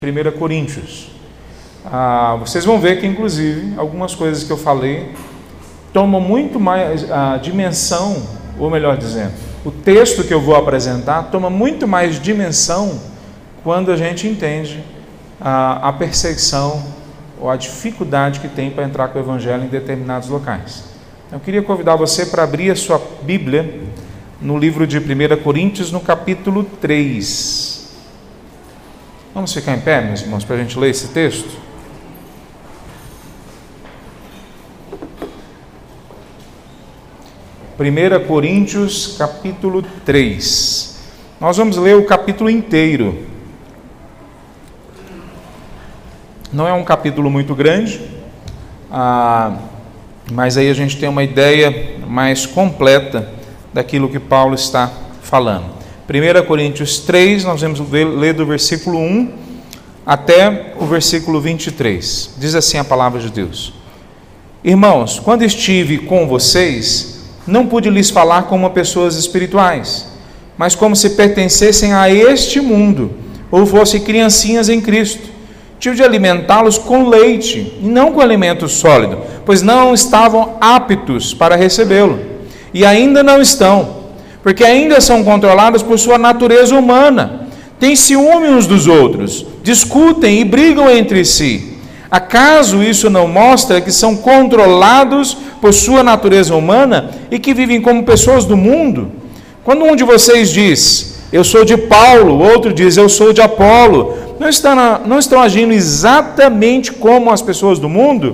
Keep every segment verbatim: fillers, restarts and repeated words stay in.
primeira Coríntios. Ah, vocês vão ver que, inclusive, algumas coisas que eu falei tomam muito mais a dimensão, ou melhor dizendo, o texto que eu vou apresentar toma muito mais dimensão quando a gente entende a, a perseguição ou a dificuldade que tem para entrar com o Evangelho em determinados locais. Eu queria convidar você para abrir a sua Bíblia no livro de primeira Coríntios, no capítulo três. Vamos ficar em pé, meus irmãos, para a gente ler esse texto? primeira Coríntios, capítulo três. Nós vamos ler o capítulo inteiro. Não é um capítulo muito grande, ah, mas aí a gente tem uma ideia mais completa daquilo que Paulo está falando. primeira Coríntios três, nós vamos ler do versículo um até o versículo vinte e três. Diz assim a palavra de Deus: Irmãos, quando estive com vocês, não pude lhes falar como pessoas espirituais, mas como se pertencessem a este mundo, ou fossem criancinhas em Cristo. Tive de alimentá-los com leite, e não com alimento sólido, pois não estavam aptos para recebê-lo, e ainda não estão, porque ainda são controlados por sua natureza humana. Têm ciúme uns dos outros, discutem e brigam entre si. Acaso isso não mostra que são controlados por sua natureza humana e que vivem como pessoas do mundo? Quando um de vocês diz, eu sou de Paulo, o outro diz, eu sou de Apolo, não estão, não estão agindo exatamente como as pessoas do mundo?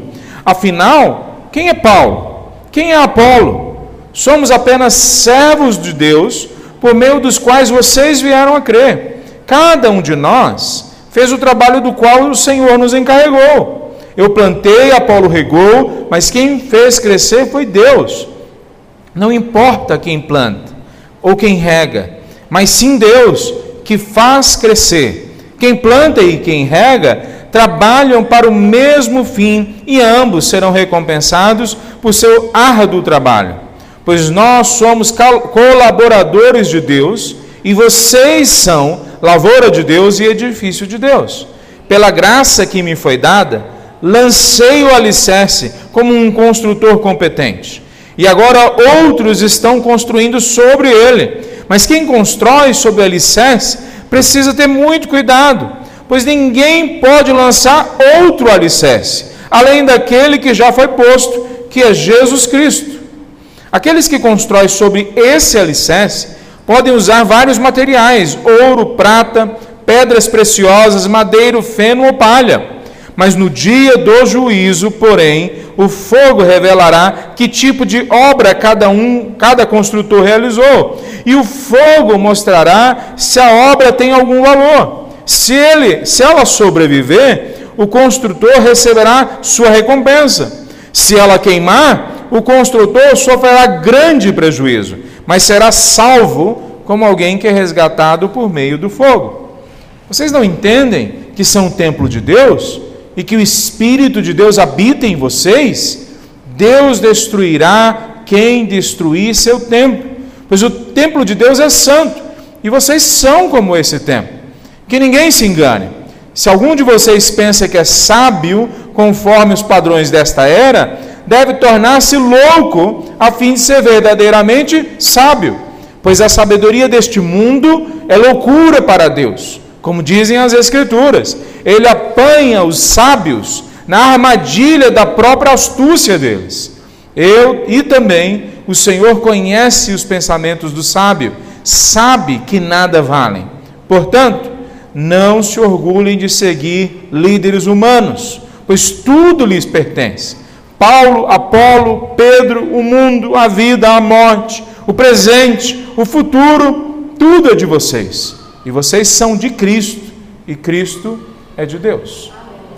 Afinal, quem é Paulo? Quem é Apolo? Somos apenas servos de Deus, por meio dos quais vocês vieram a crer. Cada um de nós fez o trabalho do qual o Senhor nos encarregou. Eu plantei, Apolo regou, mas quem fez crescer foi Deus. Não importa quem planta ou quem rega, mas sim Deus que faz crescer. Quem planta e quem rega trabalham para o mesmo fim e ambos serão recompensados por seu árduo trabalho. Pois nós somos colaboradores de Deus e vocês são lavoura de Deus e edifício de Deus. Pela graça que me foi dada, lancei o alicerce como um construtor competente. E agora outros estão construindo sobre ele. Mas quem constrói sobre o alicerce precisa ter muito cuidado, pois ninguém pode lançar outro alicerce, além daquele que já foi posto, que é Jesus Cristo. Aqueles que constroem sobre esse alicerce podem usar vários materiais, ouro, prata, pedras preciosas, madeiro, feno ou palha. Mas no dia do juízo, porém, o fogo revelará que tipo de obra cada um, cada construtor realizou. E o fogo mostrará se a obra tem algum valor. Se, ele, se ela sobreviver, o construtor receberá sua recompensa. Se ela queimar, o construtor sofrerá grande prejuízo, mas será salvo como alguém que é resgatado por meio do fogo. Vocês não entendem que são o templo de Deus e que o Espírito de Deus habita em vocês? Deus destruirá quem destruir seu templo, pois o templo de Deus é santo e vocês são como esse templo. Que ninguém se engane. Se algum de vocês pensa que é sábio conforme os padrões desta era, deve tornar-se louco a fim de ser verdadeiramente sábio, pois a sabedoria deste mundo é loucura para Deus, como dizem as Escrituras. Ele apanha os sábios na armadilha da própria astúcia deles. Eu e também o Senhor conhece os pensamentos do sábio, sabe que nada valem. Portanto, não se orgulhem de seguir líderes humanos, pois tudo lhes pertence. Paulo, Apolo, Pedro, o mundo, a vida, a morte, o presente, o futuro, tudo é de vocês. E vocês são de Cristo, e Cristo é de Deus.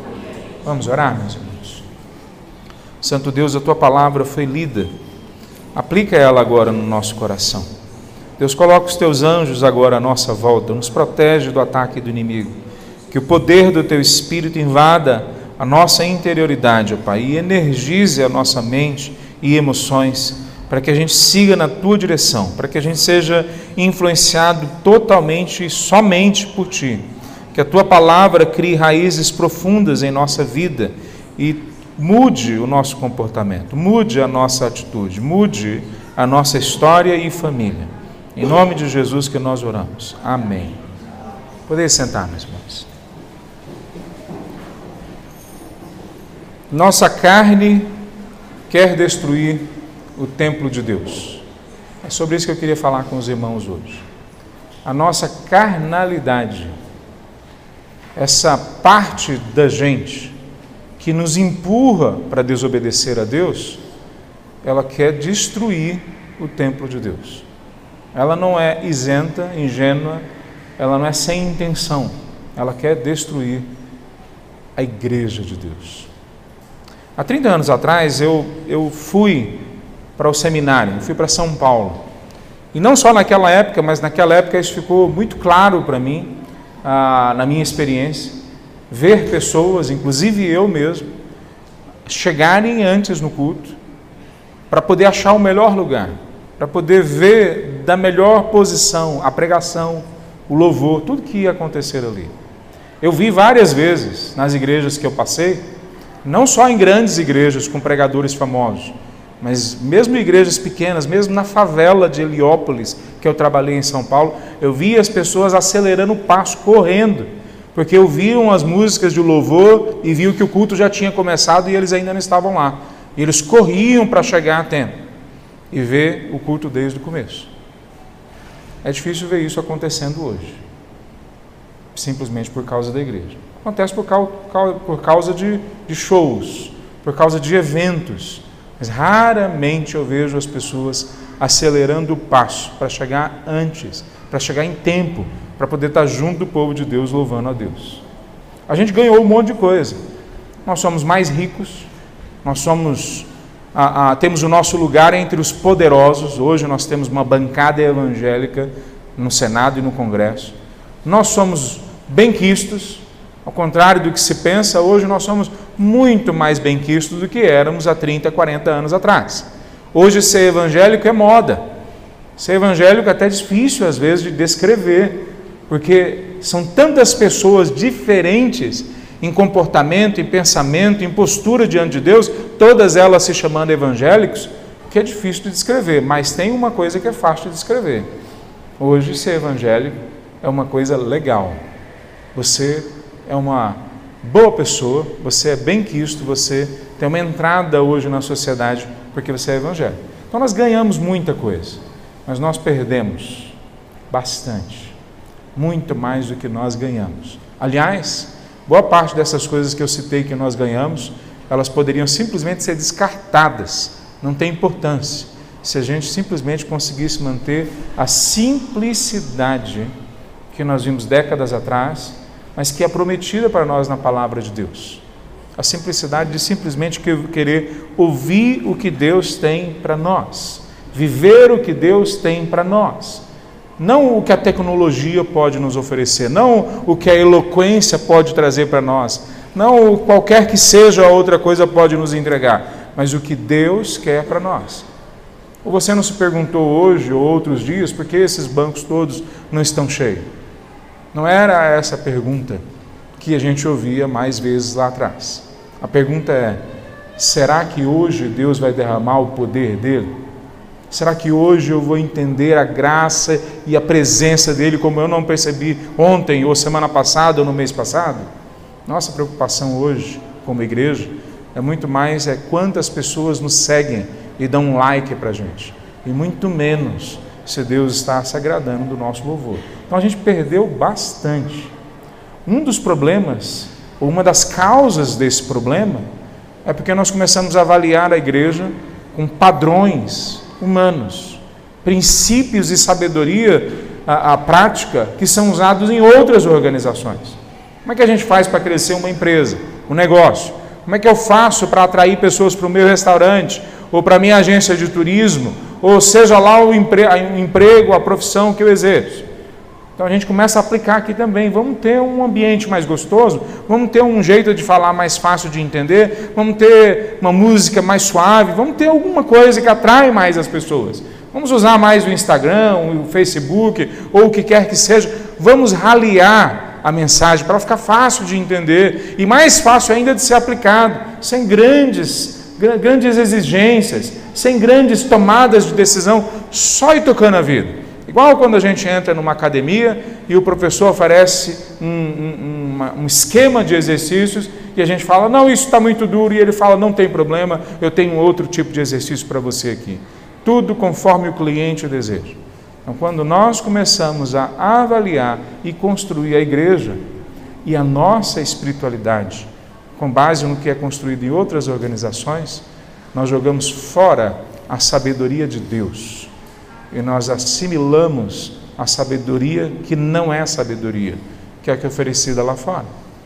Vamos orar, meus irmãos. Santo Deus, a Tua palavra foi lida. Aplica ela agora no nosso coração. Deus, coloca os Teus anjos agora à nossa volta, nos protege do ataque do inimigo. Que o poder do Teu Espírito invada a nossa interioridade, ó Pai, e energize a nossa mente e emoções, para que a gente siga na Tua direção, para que a gente seja influenciado totalmente e somente por Ti. que a Tua palavra crie raízes profundas em nossa vida e mude o nosso comportamento, mude a nossa atitude, mude a nossa história e família. Em nome de Jesus que nós oramos. Amém. Podeis sentar, meus irmãos. Nossa carne quer destruir o templo de Deus. É sobre isso que eu queria falar com os irmãos hoje. A nossa carnalidade, essa parte da gente que nos empurra para desobedecer a Deus, ela quer destruir o templo de Deus. Ela não é isenta, ingênua, ela não é sem intenção, ela quer destruir a igreja de Deus. Há trinta anos atrás eu, eu fui para o seminário, eu fui para São Paulo. E não só naquela época, mas naquela época isso ficou muito claro para mim, ah, na minha experiência, ver pessoas, inclusive eu mesmo, chegarem antes no culto, para poder achar o melhor lugar, para poder ver da melhor posição, a pregação, o louvor, tudo que ia acontecer ali. Eu vi várias vezes nas igrejas que eu passei, não só em grandes igrejas com pregadores famosos, mas mesmo em igrejas pequenas, mesmo na favela de Heliópolis, que eu trabalhei em São Paulo, eu via as pessoas acelerando o passo, correndo, porque ouviam as músicas de louvor e viam que o culto já tinha começado e eles ainda não estavam lá. E eles corriam para chegar a tempo e ver o culto desde o começo. É difícil ver isso acontecendo hoje, simplesmente por causa da igreja. Acontece por causa, por causa de, de shows, por causa de eventos, mas raramente eu vejo as pessoas acelerando o passo para chegar antes, para chegar em tempo, para poder estar junto do povo de Deus, louvando a Deus. A gente ganhou um monte de coisa. Nós somos mais ricos, nós somos, a, a, temos o nosso lugar entre os poderosos. Hoje nós temos uma bancada evangélica no Senado e no Congresso. Nós somos benquistos, ao contrário do que se pensa, hoje nós somos muito mais benquistos do que éramos há trinta, quarenta anos atrás. Hoje ser evangélico é moda. Ser evangélico é até difícil às vezes de descrever, porque são tantas pessoas diferentes em comportamento, em pensamento, em postura diante de Deus, todas elas se chamando evangélicos, que é difícil de descrever, mas tem uma coisa que é fácil de descrever. Hoje ser evangélico é uma coisa legal. Você é uma boa pessoa, você é benquisto, você tem uma entrada hoje na sociedade porque você é evangélico. Então nós ganhamos muita coisa, mas nós perdemos bastante, muito mais do que nós ganhamos. Aliás, boa parte dessas coisas que eu citei que nós ganhamos, elas poderiam simplesmente ser descartadas, não tem importância, se a gente simplesmente conseguisse manter a simplicidade que nós vimos décadas atrás, mas que é prometida para nós na palavra de Deus. A simplicidade de simplesmente querer ouvir o que Deus tem para nós, viver o que Deus tem para nós. Não o que a tecnologia pode nos oferecer, não o que a eloquência pode trazer para nós, não qualquer que seja a outra coisa pode nos entregar, mas o que Deus quer para nós. Ou você não se perguntou hoje ou outros dias por que esses bancos todos não estão cheios? Não era essa a pergunta que a gente ouvia mais vezes lá atrás. A pergunta é: será que hoje Deus vai derramar o poder dele? Será que hoje eu vou entender a graça e a presença dele como eu não percebi ontem, ou semana passada, ou no mês passado? Nossa preocupação hoje, como igreja, é muito mais é quantas pessoas nos seguem e dão um like para a gente, e muito menos se Deus está se agradando do nosso louvor. Então a gente perdeu bastante. Um dos problemas, ou uma das causas desse problema, é porque nós começamos a avaliar a igreja com padrões humanos, princípios e sabedoria a, a prática que são usados em outras organizações. Como é que a gente faz para crescer uma empresa, um negócio? Como é que eu faço para atrair pessoas para o meu restaurante, ou para a minha agência de turismo, ou seja lá o emprego, a profissão que eu exerço? Então a gente começa a aplicar aqui também. Vamos ter um ambiente mais gostoso, vamos ter um jeito de falar mais fácil de entender, vamos ter uma música mais suave, vamos ter alguma coisa que atrai mais as pessoas. Vamos usar mais o Instagram, o Facebook, ou o que quer que seja. Vamos raliar a mensagem, para ficar fácil de entender e mais fácil ainda de ser aplicado, sem grandes, grandes exigências, sem grandes tomadas de decisão, só ir tocando a vida. Igual quando a gente entra numa academia e o professor oferece um, um, uma, um esquema de exercícios e a gente fala, não, isso está muito duro, e ele fala, não tem problema, eu tenho outro tipo de exercício para você aqui. Tudo conforme o cliente deseja. Então, quando nós começamos a avaliar e construir a igreja e a nossa espiritualidade, com base no que é construído em outras organizações, nós jogamos fora a sabedoria de Deus. E nós assimilamos a sabedoria que não é sabedoria, que é a que é oferecida lá fora.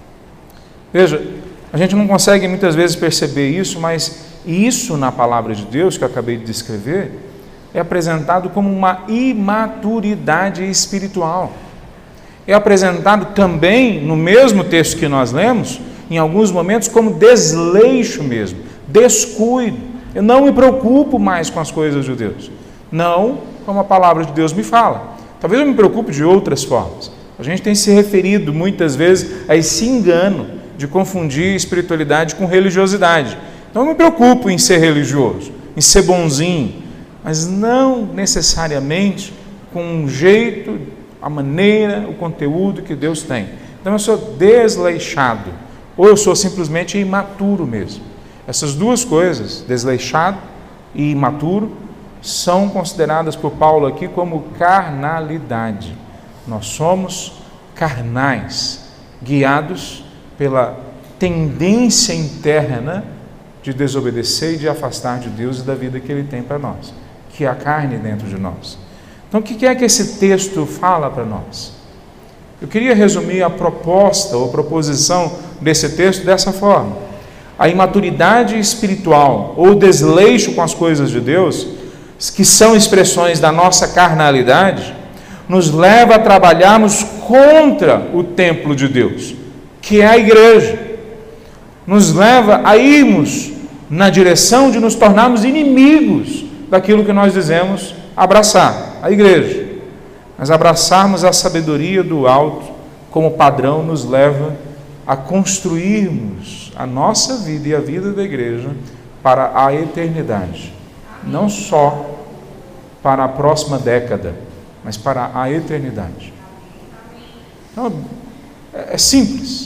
Veja, a gente não consegue muitas vezes perceber isso, mas isso na palavra de Deus, que eu acabei de descrever, é apresentado como uma imaturidade espiritual. É apresentado também, no mesmo texto que nós lemos, em alguns momentos, como desleixo mesmo, descuido. Eu não me preocupo mais com as coisas de Deus. Não como a palavra de Deus me fala. Talvez eu me preocupe de outras formas. A gente tem se referido muitas vezes a esse engano de confundir espiritualidade com religiosidade. Então eu me preocupo em ser religioso, em ser bonzinho, mas não necessariamente com o jeito, a maneira, o conteúdo que Deus tem. Então eu sou desleixado, ou eu sou simplesmente imaturo mesmo. Essas duas coisas, desleixado e imaturo, são consideradas por Paulo aqui como carnalidade. Nós somos carnais, guiados pela tendência interna de desobedecer e de afastar de Deus e da vida que Ele tem para nós, que é a carne dentro de nós. Então, o que é que esse texto fala para nós? Eu queria resumir a proposta ou a proposição desse texto dessa forma. A imaturidade espiritual ou desleixo com as coisas de Deus, que são expressões da nossa carnalidade, nos leva a trabalharmos contra o templo de Deus, que é a igreja. Nos leva a irmos na direção de nos tornarmos inimigos daquilo que nós dizemos abraçar, a igreja. Mas abraçarmos a sabedoria do alto como padrão nos leva a construirmos a nossa vida e a vida da igreja para a eternidade. Não só para a próxima década, mas para a eternidade. Então, é simples.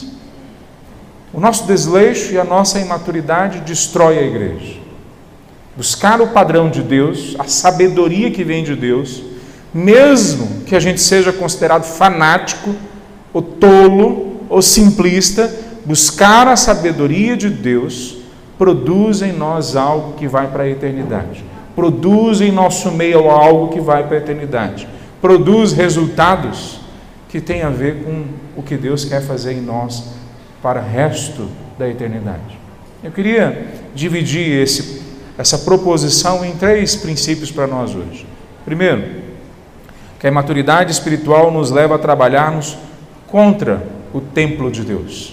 O nosso desleixo e a nossa imaturidade destrói a igreja. Buscar o padrão de Deus, a sabedoria que vem de Deus, mesmo que a gente seja considerado fanático, ou tolo, ou simplista, buscar a sabedoria de Deus produz em nós algo que vai para a eternidade. Produz em nosso meio algo que vai para a eternidade. Produz resultados que têm a ver com o que Deus quer fazer em nós para o resto da eternidade. Eu queria dividir esse, essa proposição em três princípios para nós hoje. Primeiro, que a imaturidade espiritual nos leva a trabalharmos contra o templo de Deus.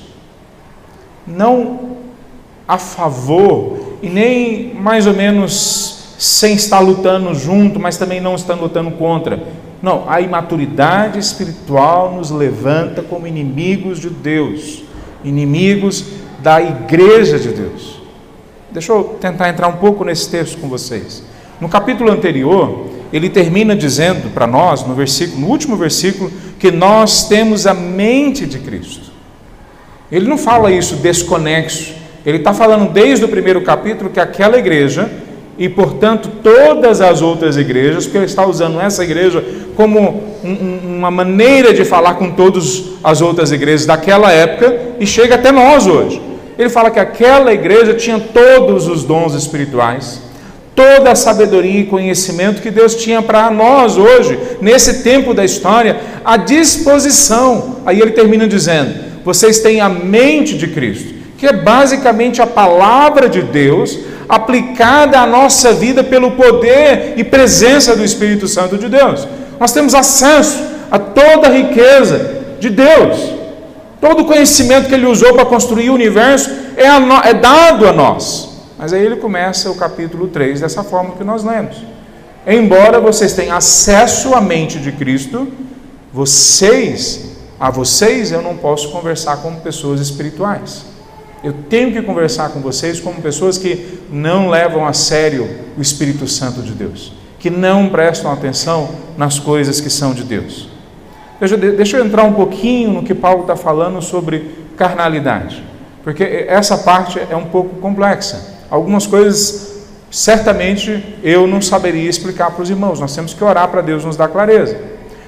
Não a favor e nem mais ou menos sem estar lutando junto, mas também não estando lutando contra. Não, a imaturidade espiritual nos levanta como inimigos de Deus, inimigos da igreja de Deus. Deixa eu tentar entrar um pouco nesse texto com vocês. No capítulo anterior, ele termina dizendo para nós, no versículo, no último versículo, que nós temos a mente de Cristo. Ele não fala isso desconexo. Ele está falando desde o primeiro capítulo que aquela igreja, e portanto todas as outras igrejas, porque ele está usando essa igreja como um, uma maneira de falar com todas as outras igrejas daquela época, e chega até nós hoje. Ele fala que aquela igreja tinha todos os dons espirituais, toda a sabedoria e conhecimento que Deus tinha para nós hoje, nesse tempo da história, à disposição. Aí ele termina dizendo: vocês têm a mente de Cristo, que é basicamente a palavra de Deus aplicada à nossa vida pelo poder e presença do Espírito Santo de Deus. Nós temos acesso a toda a riqueza de Deus. Todo o conhecimento que Ele usou para construir o universo é, a no, é dado a nós. Mas aí ele começa o capítulo três dessa forma que nós lemos. Embora vocês tenham acesso à mente de Cristo, vocês a vocês eu não posso conversar como pessoas espirituais. Eu tenho que conversar com vocês como pessoas que não levam a sério o Espírito Santo de Deus, que não prestam atenção nas coisas que são de Deus. Veja, deixa eu entrar um pouquinho no que Paulo está falando sobre carnalidade, porque essa parte é um pouco complexa. Algumas coisas, certamente, eu não saberia explicar para os irmãos. Nós temos que orar para Deus nos dar clareza.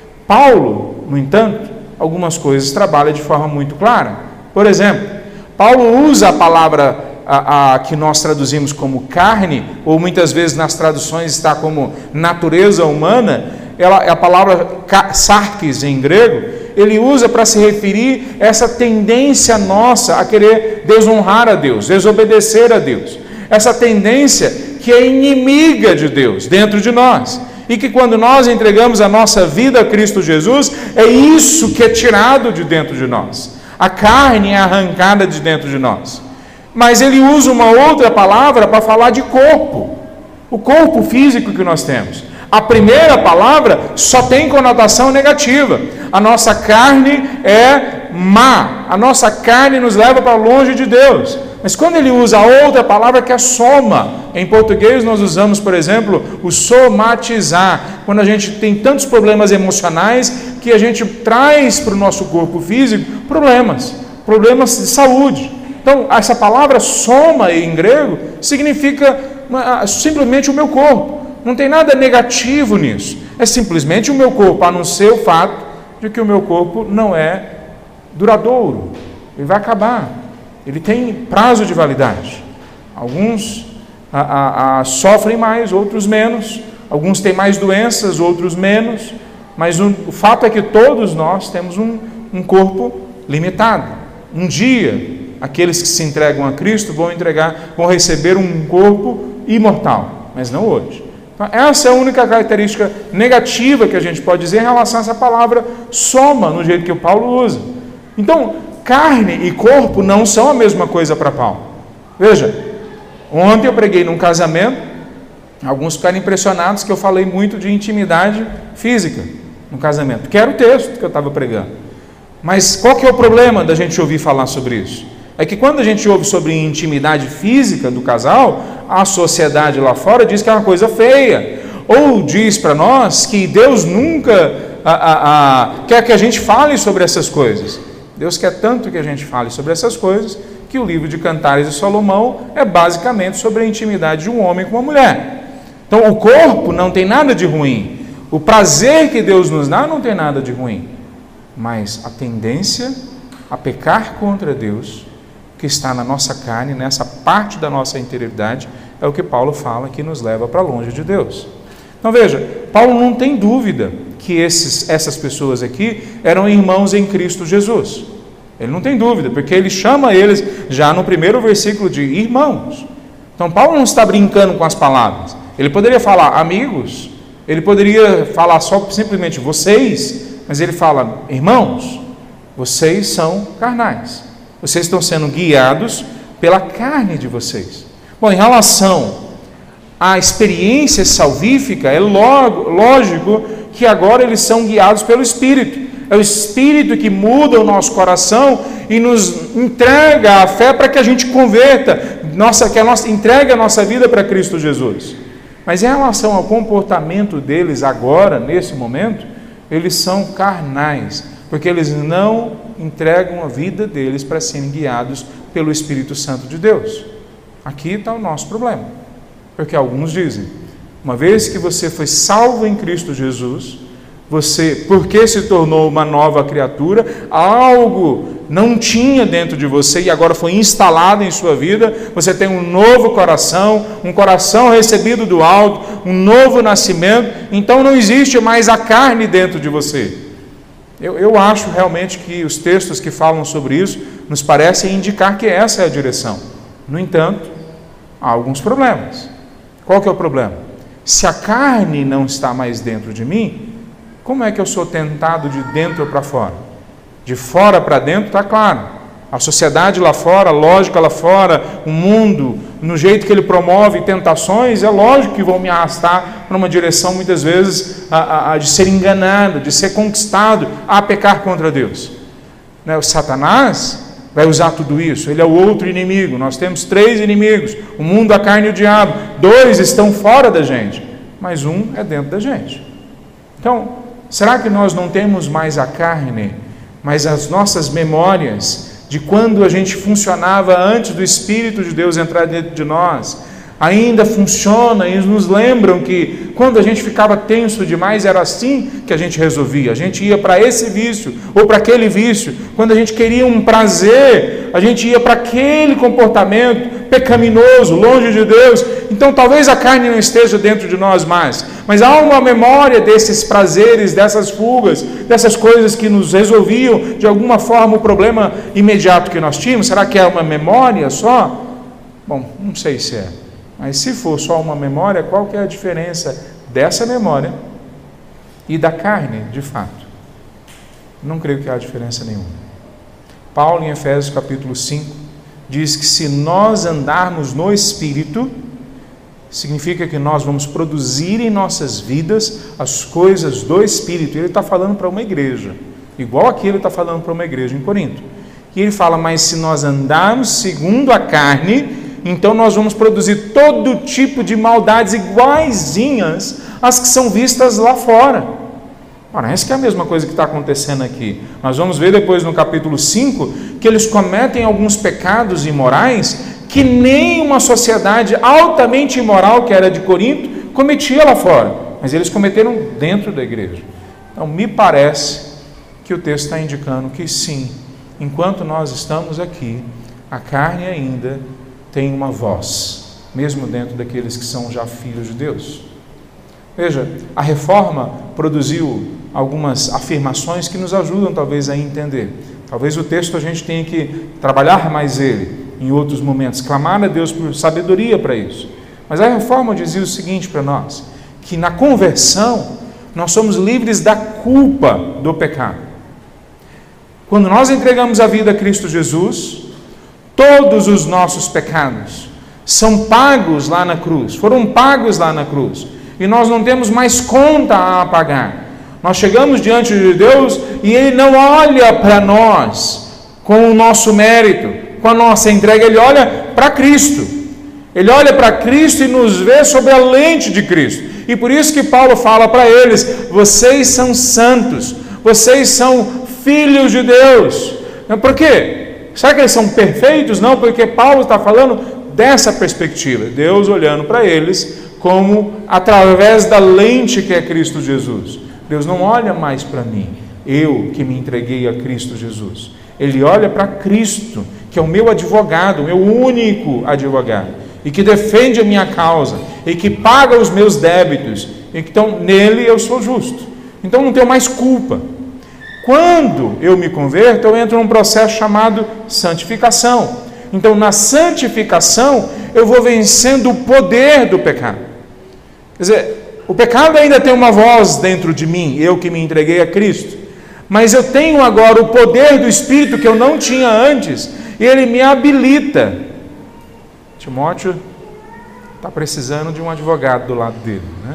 Paulo, no entanto, algumas coisas trabalha de forma muito clara. Por exemplo, Paulo usa a palavra a, a, que nós traduzimos como carne, ou muitas vezes nas traduções está como natureza humana, ela, é a palavra sarkis em grego, ele usa para se referir a essa tendência nossa a querer desonrar a Deus, desobedecer a Deus. Essa tendência que é inimiga de Deus dentro de nós. E que quando nós entregamos a nossa vida a Cristo Jesus, é isso que é tirado de dentro de nós. A carne é arrancada de dentro de nós. Mas ele usa uma outra palavra para falar de corpo. O corpo físico que nós temos. A primeira palavra só tem conotação negativa. A nossa carne é má. A nossa carne nos leva para longe de Deus. Mas quando ele usa a outra palavra que é soma, em português nós usamos, por exemplo, o somatizar, quando a gente tem tantos problemas emocionais que a gente traz para o nosso corpo físico problemas, problemas de saúde. Então, essa palavra soma em grego significa simplesmente o meu corpo. Não tem nada negativo nisso. É simplesmente o meu corpo, a não ser o fato de que o meu corpo não é duradouro. Ele vai acabar. Ele tem prazo de validade. Alguns a, a, a, sofrem mais, outros menos. Alguns têm mais doenças, outros menos. Mas um, o fato é que todos nós temos um, um corpo limitado. Um dia, aqueles que se entregam a Cristo vão entregar, vão receber um corpo imortal, mas não hoje. Então, essa é a única característica negativa que a gente pode dizer em relação a essa palavra soma, no jeito que o Paulo usa. Então, carne e corpo não são a mesma coisa para Paulo. Veja, ontem eu preguei num casamento, alguns ficaram impressionados que eu falei muito de intimidade física no casamento, que era o texto que eu estava pregando. Mas qual que é o problema da gente ouvir falar sobre isso? É que quando a gente ouve sobre intimidade física do casal, a sociedade lá fora diz que é uma coisa feia, ou diz para nós que Deus nunca a, a, a, quer que a gente fale sobre essas coisas. Deus quer tanto que a gente fale sobre essas coisas, que o livro de Cantares de Salomão é basicamente sobre a intimidade de um homem com uma mulher. Então o corpo não tem nada de ruim, o prazer que Deus nos dá não tem nada de ruim, mas a tendência a pecar contra Deus, que está na nossa carne, nessa parte da nossa interioridade, é o que Paulo fala que nos leva para longe de Deus. Então veja, Paulo não tem dúvida que esses, essas pessoas aqui eram irmãos em Cristo Jesus. Ele não tem dúvida, porque ele chama eles já no primeiro versículo de irmãos. Então Paulo não está brincando com as palavras. Ele poderia falar amigos, ele poderia falar só simplesmente vocês, mas ele fala irmãos, vocês são carnais. Vocês estão sendo guiados pela carne de vocês. Bom, em relação à experiência salvífica, é logo, lógico que agora eles são guiados pelo Espírito. É o Espírito que muda o nosso coração e nos entrega a fé para que a gente converta, nossa, que a nossa, entregue a nossa vida para Cristo Jesus. Mas em relação ao comportamento deles agora, nesse momento, eles são carnais, porque eles não entregam a vida deles para serem guiados pelo Espírito Santo de Deus. Aqui está o nosso problema, porque alguns dizem, uma vez que você foi salvo em Cristo Jesus, você, porque se tornou uma nova criatura, algo não tinha dentro de você e agora foi instalado em sua vida, você tem um novo coração, um coração recebido do alto, um novo nascimento, então não existe mais a carne dentro de você. Eu, eu acho realmente que os textos que falam sobre isso nos parecem indicar que essa é a direção. No entanto, há alguns problemas. Qual que é o problema? Se a carne não está mais dentro de mim, como é que eu sou tentado de dentro para fora? De fora para dentro está claro. A sociedade lá fora, a lógica lá fora, o mundo, no jeito que ele promove tentações, é lógico que vão me arrastar para uma direção muitas vezes a, a, a de ser enganado, de ser conquistado a pecar contra Deus. né, o Satanás vai usar tudo isso. Ele é o outro inimigo. Nós temos três inimigos: o mundo, a carne e o diabo. Dois estão fora da gente, mas um é dentro da gente. Então, será que nós não temos mais a carne, mas as nossas memórias de quando a gente funcionava antes do Espírito de Deus entrar dentro de nós, ainda funciona e nos lembram que quando a gente ficava tenso demais era assim que a gente resolvia? A gente ia para esse vício ou para aquele vício. Quando a gente queria um prazer, a gente ia para aquele comportamento pecaminoso, longe de Deus. Então talvez a carne não esteja dentro de nós mais, mas há uma memória desses prazeres, dessas fugas, dessas coisas que nos resolviam de alguma forma o problema imediato que nós tínhamos. Será que é uma memória só? Bom, não sei se é. Mas se for só uma memória, qual que é a diferença dessa memória e da carne, de fato? Não creio que há diferença nenhuma. Paulo, em Efésios capítulo cinco, diz que se nós andarmos no Espírito, significa que nós vamos produzir em nossas vidas as coisas do Espírito. Ele está falando para uma igreja, igual aqui ele está falando para uma igreja em Corinto. E ele fala, mas se nós andarmos segundo a carne, então nós vamos produzir todo tipo de maldades iguaizinhas às que são vistas lá fora. Parece que é a mesma coisa que está acontecendo aqui. Nós vamos ver depois no capítulo cinco que eles cometem alguns pecados imorais que nem uma sociedade altamente imoral, que era de Corinto, cometia lá fora. Mas eles cometeram dentro da igreja. Então me parece que o texto está indicando que sim, enquanto nós estamos aqui, a carne ainda tem uma voz, mesmo dentro daqueles que são já filhos de Deus. Veja, a reforma produziu algumas afirmações que nos ajudam talvez a entender. Talvez o texto a gente tenha que trabalhar mais ele em outros momentos, clamar a Deus por sabedoria para isso. Mas a reforma dizia o seguinte para nós, que na conversão nós somos livres da culpa do pecado. Quando nós entregamos a vida a Cristo Jesus, todos os nossos pecados são pagos lá na cruz, foram pagos lá na cruz, e nós não temos mais conta a pagar. Nós chegamos diante de Deus e Ele não olha para nós com o nosso mérito, com a nossa entrega, Ele olha para Cristo. Ele olha para Cristo e nos vê sob a lente de Cristo. E por isso que Paulo fala para eles, vocês são santos, vocês são filhos de Deus. Por quê? Será que eles são perfeitos? Não, porque Paulo está falando dessa perspectiva. Deus olhando para eles como através da lente que é Cristo Jesus. Deus não olha mais para mim, eu que me entreguei a Cristo Jesus. Ele olha para Cristo, que é o meu advogado, o meu único advogado, e que defende a minha causa, e que paga os meus débitos. Então, nele eu sou justo. Então, não tenho mais culpa. Quando eu me converto, eu entro num processo chamado santificação. Então, na santificação, eu vou vencendo o poder do pecado. Quer dizer, o pecado ainda tem uma voz dentro de mim, eu que me entreguei a Cristo. Mas eu tenho agora o poder do Espírito que eu não tinha antes, e ele me habilita. Timóteo está precisando de um advogado do lado dele, né?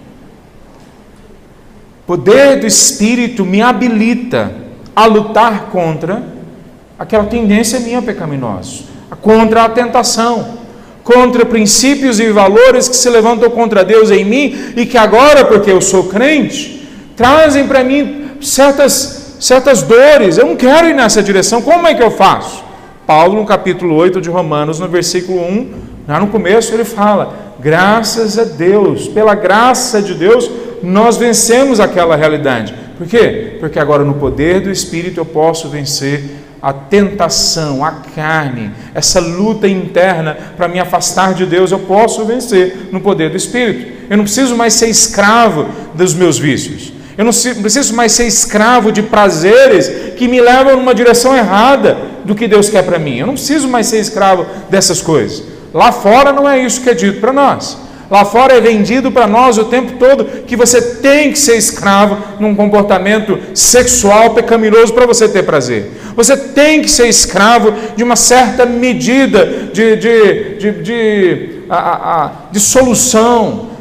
O poder do Espírito me habilita a lutar contra aquela tendência minha pecaminosa, contra a tentação, contra princípios e valores que se levantam contra Deus em mim e que agora, porque eu sou crente, trazem para mim certas, certas dores. Eu não quero ir nessa direção. Como é que eu faço? Paulo, no capítulo oito de Romanos, no versículo um, lá no começo, ele fala, graças a Deus, pela graça de Deus, nós vencemos aquela realidade. Por quê? Porque agora no poder do Espírito eu posso vencer a tentação, a carne, essa luta interna para me afastar de Deus, eu posso vencer no poder do Espírito. Eu não preciso mais ser escravo dos meus vícios. Eu não preciso mais ser escravo de prazeres que me levam numa direção errada do que Deus quer para mim. Eu não preciso mais ser escravo dessas coisas. Lá fora não é isso que é dito para nós. Lá fora é vendido para nós o tempo todo que você tem que ser escravo num comportamento sexual pecaminoso para você ter prazer. Você tem que ser escravo de uma certa medida de, de, de, de, a, a, de solução,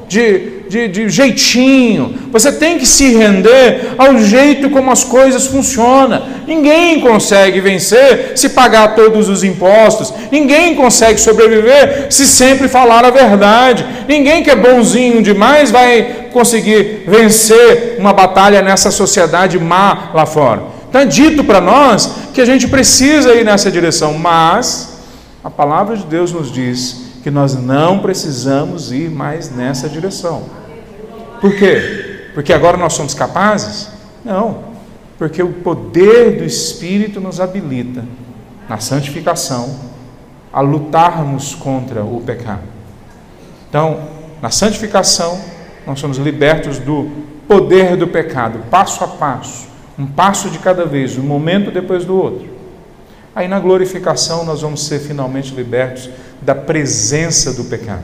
de, de, de jeitinho, você tem que se render ao jeito como as coisas funcionam. Ninguém consegue vencer se pagar todos os impostos, ninguém consegue sobreviver se sempre falar a verdade, ninguém que é bonzinho demais vai conseguir vencer uma batalha nessa sociedade má lá fora. Então é dito para nós que a gente precisa ir nessa direção, mas a palavra de Deus nos diz que nós não precisamos ir mais nessa direção. Por quê? Porque agora nós somos capazes? Não, porque o poder do Espírito nos habilita na santificação a lutarmos contra o pecado. Então, na santificação, nós somos libertos do poder do pecado, passo a passo, um passo de cada vez, um momento depois do outro. Aí na glorificação nós vamos ser finalmente libertos da presença do pecado.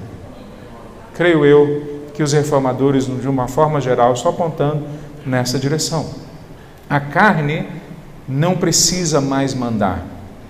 Creio eu que os reformadores, de uma forma geral, estão apontando nessa direção. A carne não precisa mais mandar,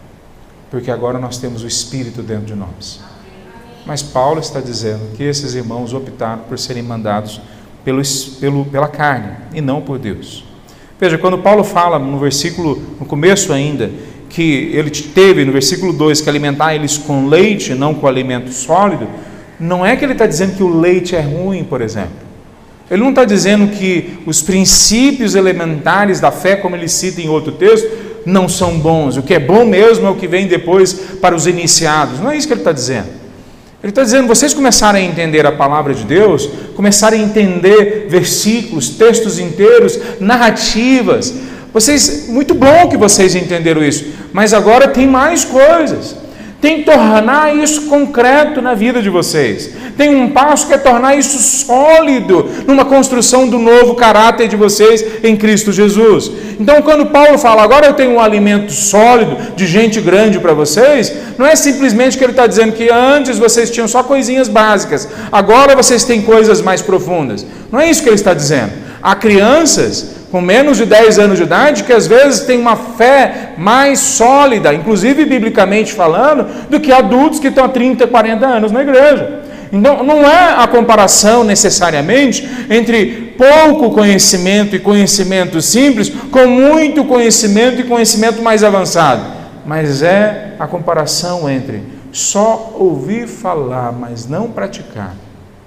porque agora nós temos o Espírito dentro de nós. Mas Paulo está dizendo que esses irmãos optaram por serem mandados pelo, pelo, pela carne e não por Deus. Veja, quando Paulo fala no versículo, no começo ainda, que ele teve, no versículo dois, que alimentar eles com leite, não com alimento sólido, não é que ele está dizendo que o leite é ruim, por exemplo. Ele não está dizendo que os princípios elementares da fé, como ele cita em outro texto, não são bons. O que é bom mesmo é o que vem depois para os iniciados. Não é isso que ele está dizendo. Ele está dizendo, vocês começarem a entender a palavra de Deus, começarem a entender versículos, textos inteiros, narrativas. Vocês, muito bom que vocês entenderam isso, mas agora tem mais coisas. Tem que tornar isso concreto na vida de vocês. Tem um passo que é tornar isso sólido numa construção do novo caráter de vocês em Cristo Jesus. Então, quando Paulo fala, agora eu tenho um alimento sólido de gente grande para vocês, não é simplesmente que ele está dizendo que antes vocês tinham só coisinhas básicas, agora vocês têm coisas mais profundas. Não é isso que ele está dizendo. Há crianças com menos de dez anos de idade, que às vezes têm uma fé mais sólida, inclusive biblicamente falando, do que adultos que estão há trinta, quarenta anos na igreja. Então, não é a comparação necessariamente entre pouco conhecimento e conhecimento simples, com muito conhecimento e conhecimento mais avançado, mas é a comparação entre só ouvir falar, mas não praticar,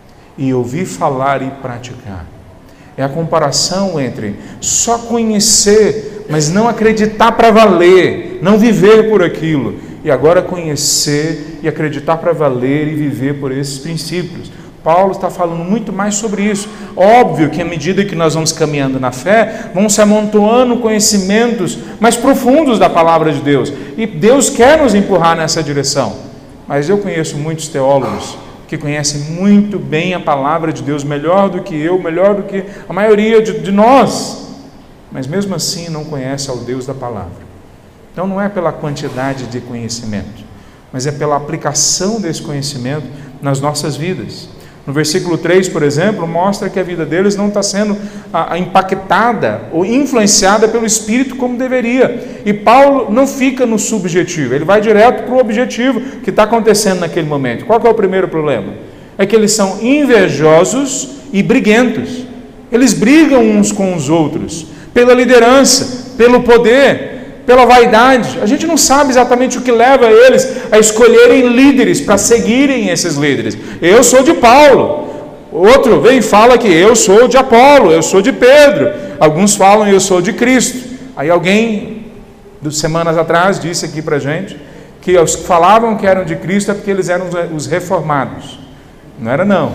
e ouvir falar e praticar. É a comparação entre só conhecer, mas não acreditar para valer, não viver por aquilo, e agora conhecer e acreditar para valer e viver por esses princípios. Paulo está falando muito mais sobre isso. Óbvio que à medida que nós vamos caminhando na fé, vão se amontoando conhecimentos mais profundos da palavra de Deus, e Deus quer nos empurrar nessa direção. Mas eu conheço muitos teólogos que conhecem muito bem a palavra de Deus, melhor do que eu, melhor do que a maioria de, de nós, mas mesmo assim não conhece ao Deus da palavra. Então não é pela quantidade de conhecimento, mas é pela aplicação desse conhecimento nas nossas vidas. No versículo três, por exemplo, mostra que a vida deles não está sendo a, a impactada ou influenciada pelo Espírito como deveria. E Paulo não fica no subjetivo, ele vai direto para o objetivo que está acontecendo naquele momento. Qual que é o primeiro problema? É que eles são invejosos e briguentos. Eles brigam uns com os outros, pela liderança, pelo poder, pela vaidade. A gente não sabe exatamente o que leva eles a escolherem líderes, para seguirem esses líderes. Eu sou de Paulo, outro vem e fala que eu sou de Apolo, eu sou de Pedro, alguns falam eu sou de Cristo. Aí alguém, duas semanas atrás, disse aqui para a gente, que os que falavam que eram de Cristo é porque eles eram os reformados. Não era não.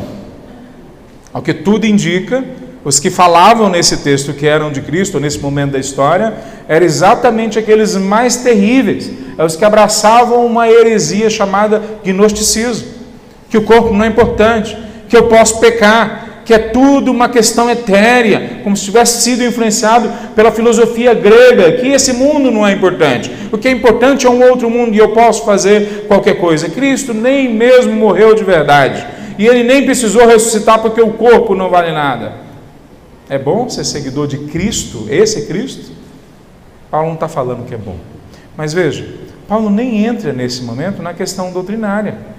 Ao que tudo indica, os que falavam nesse texto que eram de Cristo, nesse momento da história, eram exatamente aqueles mais terríveis, é os que abraçavam uma heresia chamada gnosticismo, que o corpo não é importante, que eu posso pecar, que é tudo uma questão etérea, como se tivesse sido influenciado pela filosofia grega, que esse mundo não é importante, o que é importante é um outro mundo e eu posso fazer qualquer coisa. Cristo nem mesmo morreu de verdade, e ele nem precisou ressuscitar porque o corpo não vale nada. É bom ser seguidor de Cristo, esse Cristo? Paulo não está falando que é bom. Mas veja, Paulo nem entra nesse momento na questão doutrinária.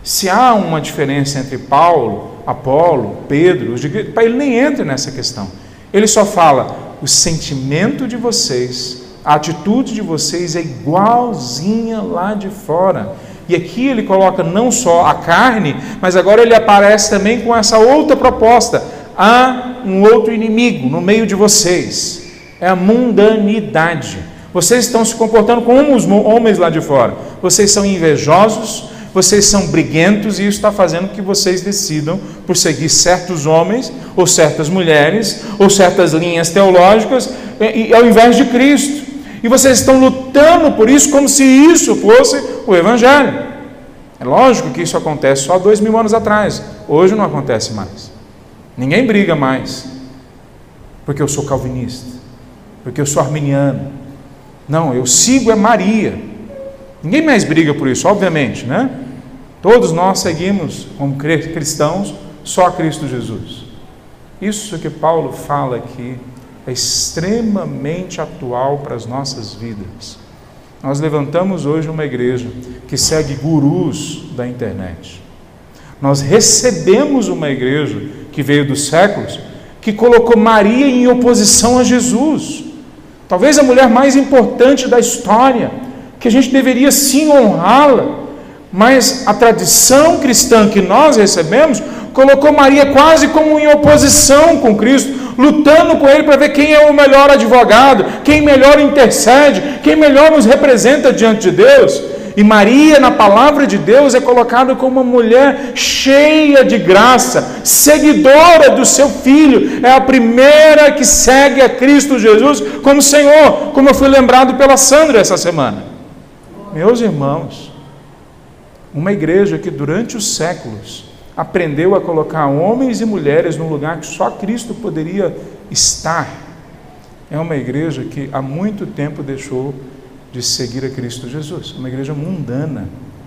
Se há uma diferença entre Paulo, Apolo, Pedro, ele nem entra nessa questão. Ele só fala, o sentimento de vocês, a atitude de vocês é igualzinha lá de fora. E aqui ele coloca não só a carne, mas agora ele aparece também com essa outra proposta. Há um outro inimigo no meio de vocês, é a mundanidade. Vocês estão se comportando como os homens lá de fora. Vocês são invejosos, vocês são briguentos, e isso está fazendo que vocês decidam por seguir certos homens, ou certas mulheres, ou certas linhas teológicas, e, ao invés de Cristo. E vocês estão lutando por isso como se isso fosse o Evangelho. É lógico que isso acontece só dois mil anos atrás. Hoje não acontece mais. Ninguém briga mais porque eu sou calvinista, porque eu sou arminiano. Não, eu sigo é Maria. Ninguém mais briga por isso, obviamente, né? Todos nós seguimos, como cristãos, só a Cristo Jesus. Isso que Paulo fala aqui é extremamente atual para as nossas vidas. Nós levantamos hoje uma igreja que segue gurus da internet. Nós recebemos uma igreja que veio dos séculos, que colocou Maria em oposição a Jesus. Talvez a mulher mais importante da história, que a gente deveria sim honrá-la, mas a tradição cristã que nós recebemos colocou Maria quase como em oposição com Cristo, lutando com ele para ver quem é o melhor advogado, quem melhor intercede, quem melhor nos representa diante de Deus. E Maria, na palavra de Deus, é colocada como uma mulher cheia de graça, seguidora do seu Filho, é a primeira que segue a Cristo Jesus como Senhor, como eu fui lembrado pela Sandra essa semana. Meus irmãos, uma igreja que durante os séculos aprendeu a colocar homens e mulheres num lugar que só Cristo poderia estar, é uma igreja que há muito tempo deixou de seguir a Cristo Jesus, uma igreja mundana.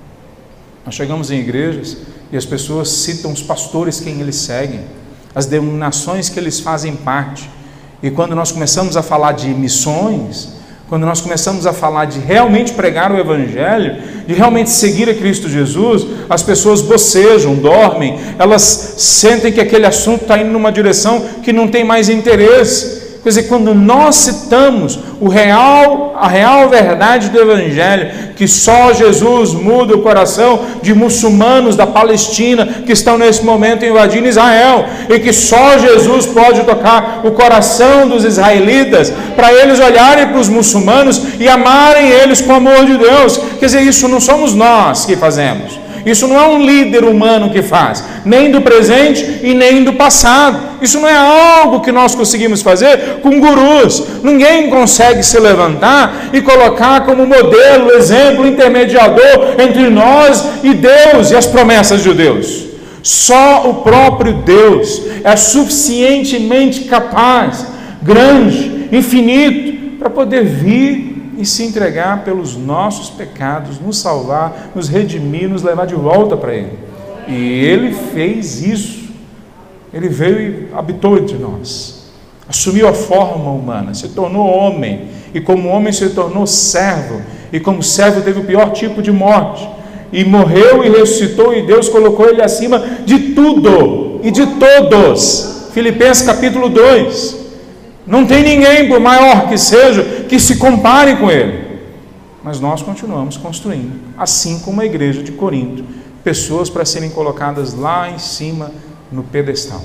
Nós chegamos em igrejas e as pessoas citam os pastores quem eles seguem, as denominações que eles fazem parte, e quando nós começamos a falar de missões, quando nós começamos a falar de realmente pregar o Evangelho, de realmente seguir a Cristo Jesus, as pessoas bocejam, dormem, elas sentem que aquele assunto está indo numa direção que não tem mais interesse. Quer dizer, quando nós citamos o real, a real verdade do Evangelho, que só Jesus muda o coração de muçulmanos da Palestina que estão nesse momento invadindo Israel, e que só Jesus pode tocar o coração dos israelitas para eles olharem para os muçulmanos e amarem eles com o amor de Deus. Quer dizer, isso não somos nós que fazemos. Isso não é um líder humano que faz, nem do presente e nem do passado. Isso não é algo que nós conseguimos fazer com gurus. Ninguém consegue se levantar e colocar como modelo, exemplo, intermediador entre nós e Deus e as promessas de Deus. Só o próprio Deus é suficientemente capaz, grande, infinito, para poder vir e se entregar pelos nossos pecados, nos salvar, nos redimir, nos levar de volta para Ele. E Ele fez isso. Ele veio e habitou entre nós, assumiu a forma humana, se tornou homem, e como homem se tornou servo, e como servo teve o pior tipo de morte, e morreu e ressuscitou, e Deus colocou Ele acima de tudo e de todos. Filipenses capítulo dois. Não tem ninguém, por maior que seja, que se compare com Ele. Mas nós continuamos construindo, assim como a igreja de Corinto, pessoas para serem colocadas lá em cima no pedestal.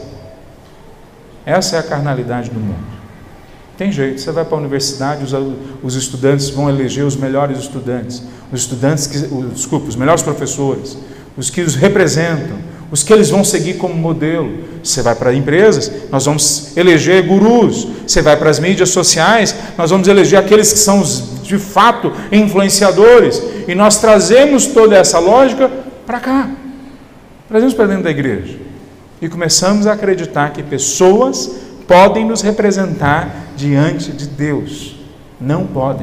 Essa é a carnalidade do mundo. Tem jeito, você vai para a universidade, os, os estudantes vão eleger os melhores estudantes, os estudantes que, os, desculpa, os melhores professores, os que os representam, os que eles vão seguir como modelo. Você vai para empresas, nós vamos eleger gurus. Você vai para as mídias sociais, nós vamos eleger aqueles que são os, de fato, influenciadores. E nós trazemos toda essa lógica para cá, trazemos para dentro da igreja, e começamos a acreditar que pessoas podem nos representar diante de Deus. Não podem.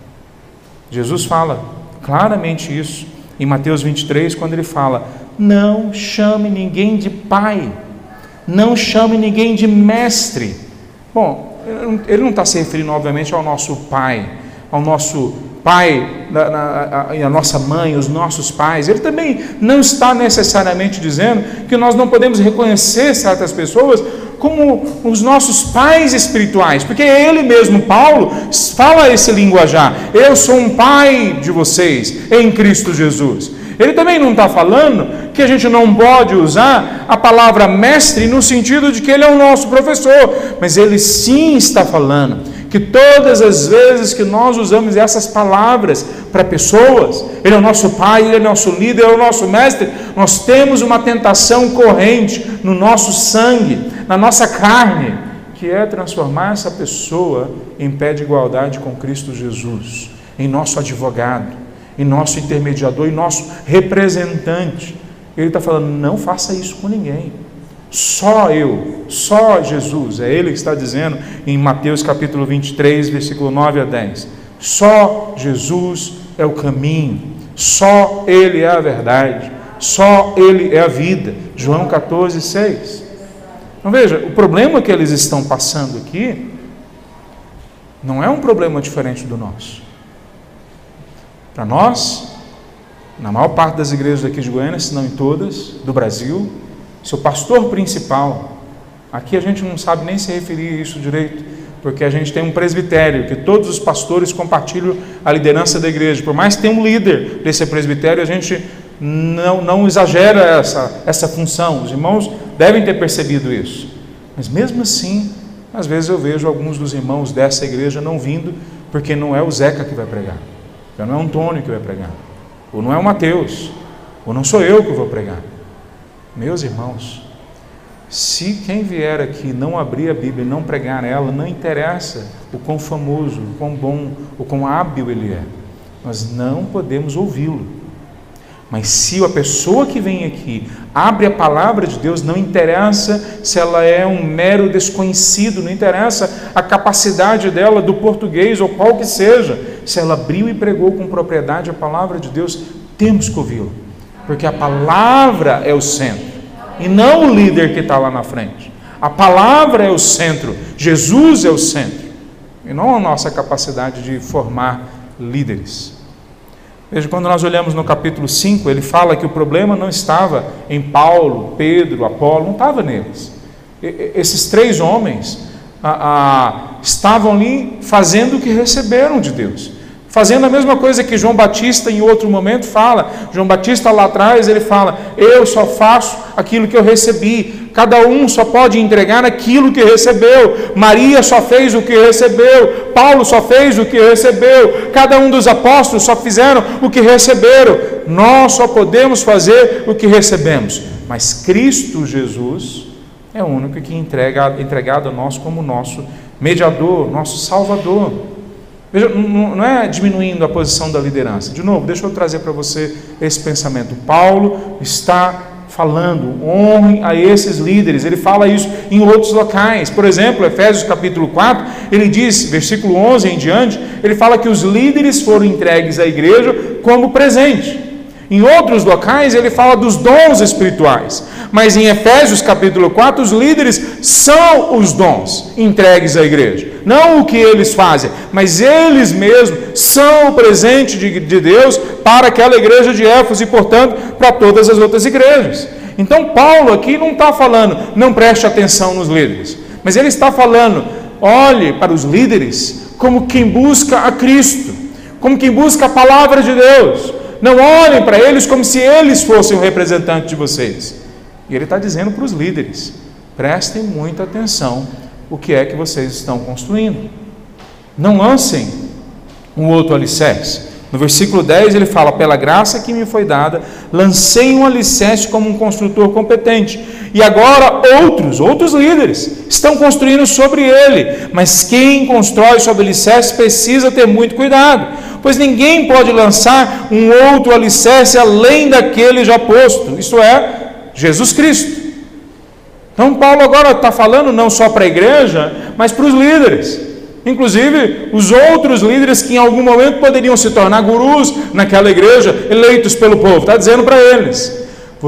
Jesus fala claramente isso em Mateus vinte e três, quando ele fala: não chame ninguém de pai, não chame ninguém de mestre. Bom, ele não está se referindo obviamente ao nosso pai, ao nosso pai, na, na, a, a nossa mãe, os nossos pais. Ele também não está necessariamente dizendo que nós não podemos reconhecer certas pessoas como os nossos pais espirituais, porque ele mesmo, Paulo, fala esse linguajar: eu sou um pai de vocês em Cristo Jesus. Ele também não está falando que a gente não pode usar a palavra mestre no sentido de que ele é o nosso professor, mas ele sim está falando que todas as vezes que nós usamos essas palavras para pessoas, ele é o nosso pai, ele é o nosso líder, ele é o nosso mestre, nós temos uma tentação corrente no nosso sangue, na nossa carne, que é transformar essa pessoa em pé de igualdade com Cristo Jesus, em nosso advogado, em nosso intermediador, em nosso representante. Ele está falando: não faça isso com ninguém. Só eu, só Jesus, é Ele que está dizendo em Mateus capítulo vinte e três, versículo nove a dez, só Jesus é o caminho, só Ele é a verdade, só Ele é a vida, João catorze, seis. Então veja, o problema que eles estão passando aqui não é um problema diferente do nosso. Para nós, na maior parte das igrejas daqui de Goiânia, se não em todas, do Brasil, seu pastor principal, aqui a gente não sabe nem se referir a isso direito, porque a gente tem um presbitério, que todos os pastores compartilham a liderança da igreja. Por mais que tenha um líder desse presbitério, a gente não, não exagera essa, essa função. Os irmãos devem ter percebido isso. Mas mesmo assim, às vezes eu vejo alguns dos irmãos dessa igreja não vindo, porque não é o Zeca que vai pregar, já não é o Antônio que vai pregar, ou não é o Mateus, ou não sou eu que vou pregar. Meus irmãos, se quem vier aqui não abrir a Bíblia e não pregar ela, não interessa o quão famoso, o quão bom, o quão hábil ele é, nós não podemos ouvi-lo. Mas se a pessoa que vem aqui abre a palavra de Deus, não interessa se ela é um mero desconhecido, não interessa a capacidade dela do português ou qual que seja, se ela abriu e pregou com propriedade a palavra de Deus, temos que ouvi-lo, porque a palavra é o centro, e não o líder que está lá na frente. A palavra é o centro, Jesus é o centro, e não a nossa capacidade de formar líderes. Veja, quando nós olhamos no capítulo cinco, ele fala que o problema não estava em Paulo, Pedro, Apolo, não estava neles. E, esses três homens ah, ah, estavam ali fazendo o que receberam de Deus, fazendo a mesma coisa que João Batista em outro momento fala. João Batista lá atrás, ele fala: eu só faço aquilo que eu recebi, cada um só pode entregar aquilo que recebeu. Maria só fez o que recebeu, Paulo só fez o que recebeu, cada um dos apóstolos só fizeram o que receberam. Nós só podemos fazer o que recebemos, mas Cristo Jesus é o único que entrega, entregado a nós como nosso mediador, nosso salvador. Veja, não é diminuindo a posição da liderança. De novo, deixa eu trazer para você esse pensamento. Paulo está falando: honre a esses líderes. Ele fala isso em outros locais. Por exemplo, Efésios capítulo quatro, ele diz, versículo onze em diante, ele fala que os líderes foram entregues à igreja como presente. Em outros locais ele fala dos dons espirituais, mas em Efésios capítulo quatro os líderes são os dons entregues à igreja, não o que eles fazem, mas eles mesmos são o presente de, de Deus para aquela igreja de Éfeso e portanto para todas as outras igrejas. Então Paulo aqui não está falando não preste atenção nos líderes, mas ele está falando: olhe para os líderes como quem busca a Cristo, como quem busca a palavra de Deus. Não olhem para eles como se eles fossem o representante de vocês. E ele está dizendo para os líderes: prestem muita atenção o que é que vocês estão construindo. Não lancem um outro alicerce. No versículo dez ele fala: pela graça que me foi dada, lancei um alicerce como um construtor competente. E agora outros, outros líderes estão construindo sobre ele. Mas quem constrói sobre o alicerce precisa ter muito cuidado, pois ninguém pode lançar um outro alicerce além daquele já posto, isto é, Jesus Cristo. Então Paulo agora está falando não só para a igreja, mas para os líderes, inclusive os outros líderes que em algum momento poderiam se tornar gurus naquela igreja, eleitos pelo povo. Está dizendo para eles: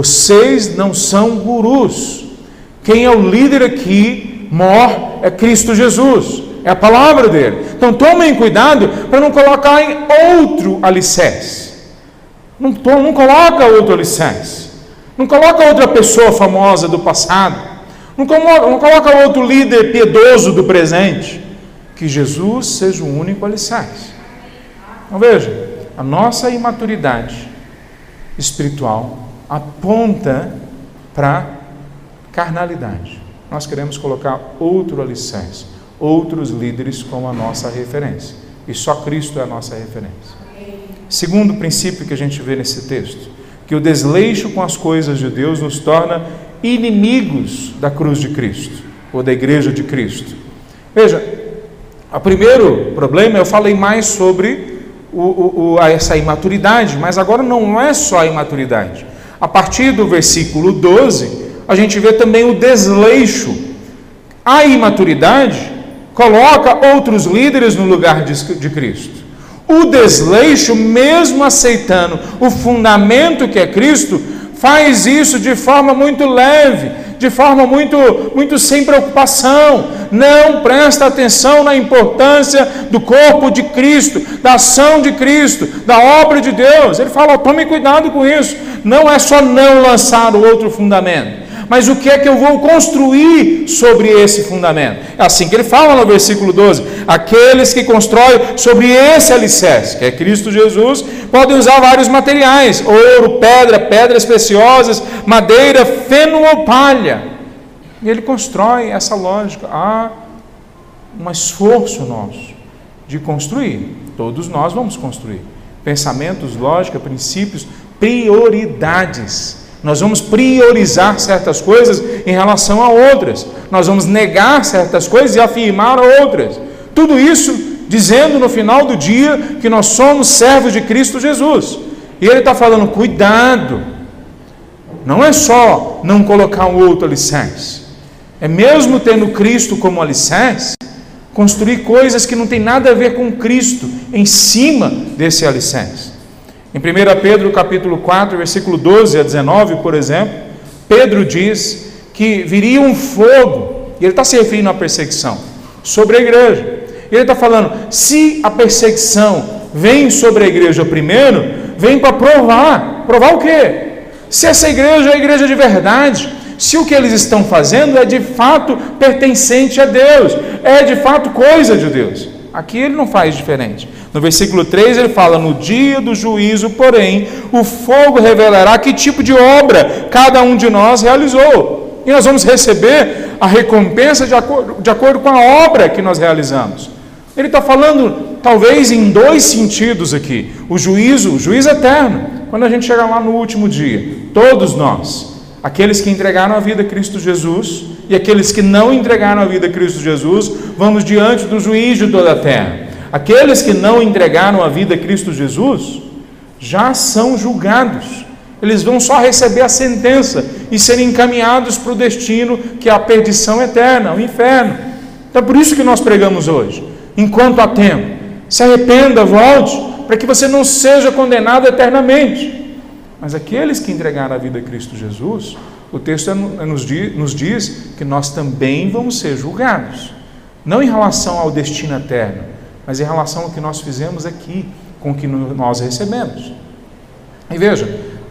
vocês não são gurus. Quem é o líder aqui, mor, é Cristo Jesus. é a palavra dele. Então tomem cuidado para não colocar em outro alicerce. Não, não coloca outro alicerce. Não coloca outra pessoa famosa do passado. Não coloca, não coloca outro líder piedoso do presente. Que Jesus seja o único alicerce. Então veja, a nossa imaturidade espiritual aponta para carnalidade. Nós queremos colocar outro alicerce, outros líderes como a nossa referência. E só Cristo é a nossa referência. Segundo princípio que a gente vê nesse texto, que o desleixo com as coisas de Deus nos torna inimigos da cruz de Cristo, ou da igreja de Cristo. Veja, o primeiro problema, eu falei mais sobre o, o, o, essa imaturidade, mas agora não é só a imaturidade. A partir do versículo doze, a gente vê também o desleixo. A imaturidade coloca outros líderes no lugar de, de Cristo. O desleixo, mesmo aceitando o fundamento que é Cristo, faz isso de forma muito leve, de forma muito, muito sem preocupação. Não presta atenção na importância do corpo de Cristo, da ação de Cristo, da obra de Deus. Ele fala, tome cuidado com isso. Não é só não lançar o outro fundamento, mas o que é que eu vou construir sobre esse fundamento? É assim que ele fala no versículo doze. Aqueles que constroem sobre esse alicerce, que é Cristo Jesus, podem usar vários materiais: ouro, pedra, pedras preciosas, madeira, feno ou palha. E ele constrói essa lógica. Há um esforço nosso de construir. Todos nós vamos construir. Pensamentos, lógica, princípios, prioridades. Nós vamos priorizar certas coisas em relação a outras. Nós vamos negar certas coisas e afirmar outras. Tudo isso dizendo no final do dia que nós somos servos de Cristo Jesus. E ele está falando, cuidado. Não é só não colocar um outro alicerce. É mesmo tendo Cristo como alicerce, construir coisas que não tem nada a ver com Cristo em cima desse alicerce. Em primeira Pedro capítulo quatro, versículo doze a dezenove, por exemplo, Pedro diz que viria um fogo, e ele está se referindo à perseguição, sobre a igreja. Ele está falando, se a perseguição vem sobre a igreja primeiro, vem para provar. Provar o quê? Se essa igreja é a igreja de verdade, se o que eles estão fazendo é de fato pertencente a Deus, é de fato coisa de Deus. Aqui ele não faz diferente. No versículo três ele fala, no dia do juízo, porém, o fogo revelará que tipo de obra cada um de nós realizou. E nós vamos receber a recompensa de acordo, de acordo com a obra que nós realizamos. Ele está falando, talvez, em dois sentidos aqui. O juízo, o juízo eterno, quando a gente chegar lá no último dia, todos nós, aqueles que entregaram a vida a Cristo Jesus e aqueles que não entregaram a vida a Cristo Jesus, vamos diante do juízo de toda a terra. Aqueles que não entregaram a vida a Cristo Jesus já são julgados. Eles vão só receber a sentença e serem encaminhados para o destino que é a perdição eterna, o inferno. Então é por isso que nós pregamos hoje. Enquanto há tempo, se arrependa, volte, para que você não seja condenado eternamente. Mas aqueles que entregaram a vida a Cristo Jesus, o texto nos diz, nos diz que nós também vamos ser julgados. Não em relação ao destino eterno, mas em relação ao que nós fizemos aqui, com o que nós recebemos. E veja,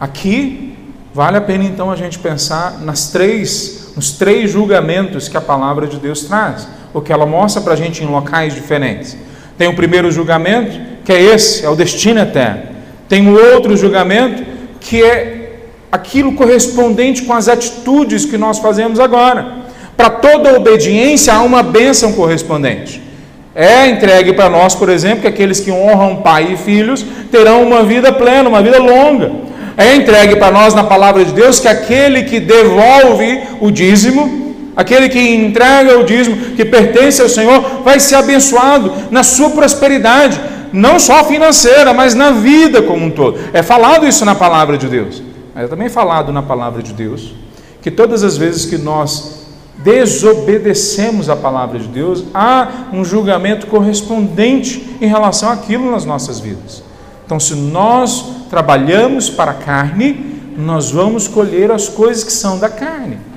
aqui vale a pena então a gente pensar nas três, nos três julgamentos que a palavra de Deus traz, ou que ela mostra para a gente em locais diferentes. Tem o primeiro julgamento, que é esse, é o destino eterno. Tem o outro julgamento, que é aquilo correspondente com as atitudes que nós fazemos agora. Para toda obediência há uma bênção correspondente. É entregue para nós, por exemplo, que aqueles que honram pai e filhos terão uma vida plena, uma vida longa. É entregue para nós na palavra de Deus que aquele que devolve o dízimo, aquele que entrega o dízimo que pertence ao Senhor, vai ser abençoado na sua prosperidade, não só financeira, mas na vida como um todo. É falado isso na palavra de Deus, mas é também falado na palavra de Deus que todas as vezes que nós desobedecemos a palavra de Deus, há um julgamento correspondente em relação àquilo nas nossas vidas. Então, se nós trabalhamos para a carne, nós vamos colher as coisas que são da carne.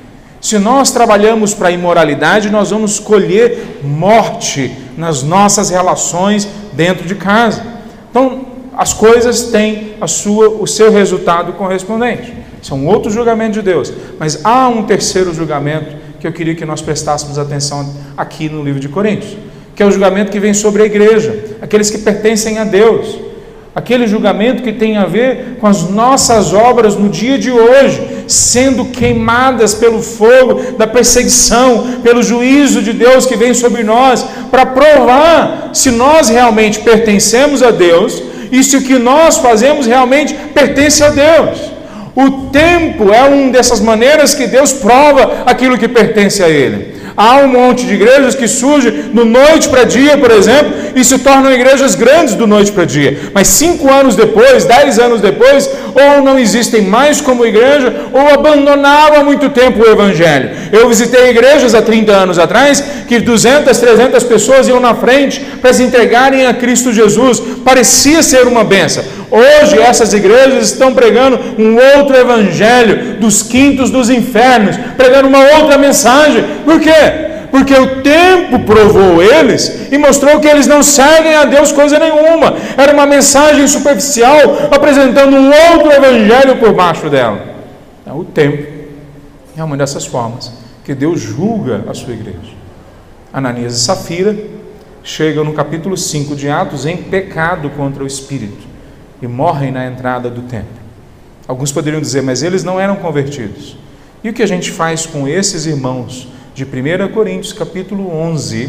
Se nós trabalhamos para a imoralidade, nós vamos colher morte nas nossas relações dentro de casa. Então, as coisas têm a sua, o seu resultado correspondente. Isso é um outro julgamento de Deus. Mas há um terceiro julgamento que eu queria que nós prestássemos atenção aqui no livro de Coríntios, que é o julgamento que vem sobre a igreja, aqueles que pertencem a Deus. Aquele julgamento que tem a ver com as nossas obras no dia de hoje, sendo queimadas pelo fogo da perseguição, pelo juízo de Deus que vem sobre nós, para provar se nós realmente pertencemos a Deus e se o que nós fazemos realmente pertence a Deus. O tempo é uma dessas maneiras que Deus prova aquilo que pertence a Ele. Há um monte de igrejas que surgem do noite para dia, por exemplo, e se tornam igrejas grandes do noite para dia. Mas cinco anos depois, dez anos depois, ou não existem mais como igreja, ou abandonaram há muito tempo o Evangelho. Eu visitei igrejas há trinta anos atrás, que duzentas, trezentas pessoas iam na frente para se entregarem a Cristo Jesus. Parecia ser uma bênção. Hoje essas igrejas estão pregando um outro evangelho dos quintos dos infernos, pregando uma outra mensagem. Por quê? Porque o tempo provou eles e mostrou que eles não seguem a Deus coisa nenhuma. Era uma mensagem superficial apresentando um outro evangelho por baixo dela. Então, o tempo é uma dessas formas que Deus julga a sua igreja. Ananias e Safira chegam no capítulo cinco de Atos em pecado contra o Espírito e morrem na entrada do templo. Alguns poderiam dizer, mas eles não eram convertidos. E o que a gente faz com esses irmãos de primeira Coríntios capítulo onze,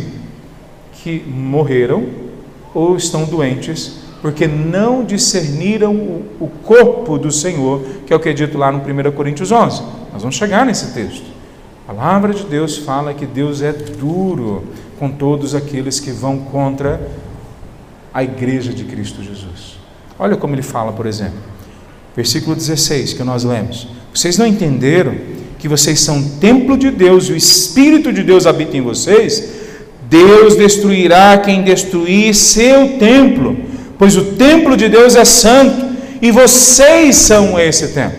que morreram ou estão doentes, porque não discerniram o, o corpo do Senhor, que é o que é dito lá no primeira Coríntios onze. Nós vamos chegar nesse texto. A palavra de Deus fala que Deus é duro com todos aqueles que vão contra a igreja de Cristo Jesus. Olha como ele fala, por exemplo, versículo dezesseis, que nós lemos. Vocês não entenderam que vocês são templo de Deus e o Espírito de Deus habita em vocês? Deus destruirá quem destruir seu templo, pois o templo de Deus é santo e vocês são esse templo.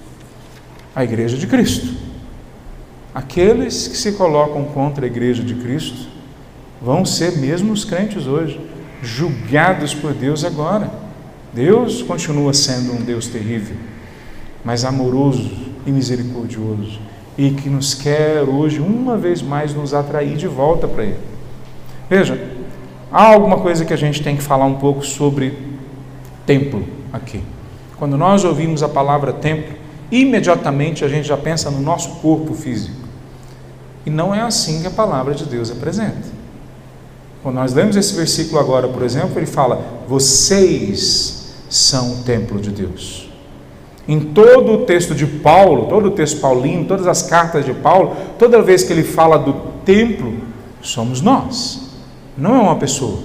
A igreja de Cristo. Aqueles que se colocam contra a igreja de Cristo vão ser mesmo os crentes hoje, julgados por Deus agora. Deus continua sendo um Deus terrível, mas amoroso e misericordioso, e que nos quer hoje, uma vez mais, nos atrair de volta para Ele. Veja, há alguma coisa que a gente tem que falar um pouco sobre templo aqui. Quando nós ouvimos a palavra templo, imediatamente a gente já pensa no nosso corpo físico. E não é assim que a palavra de Deus apresenta. Quando nós lemos esse versículo agora, por exemplo, ele fala, vocês são o templo de Deus. Em todo o texto de Paulo, todo o texto paulino, todas as cartas de Paulo, toda vez que ele fala do templo, somos nós, não é uma pessoa.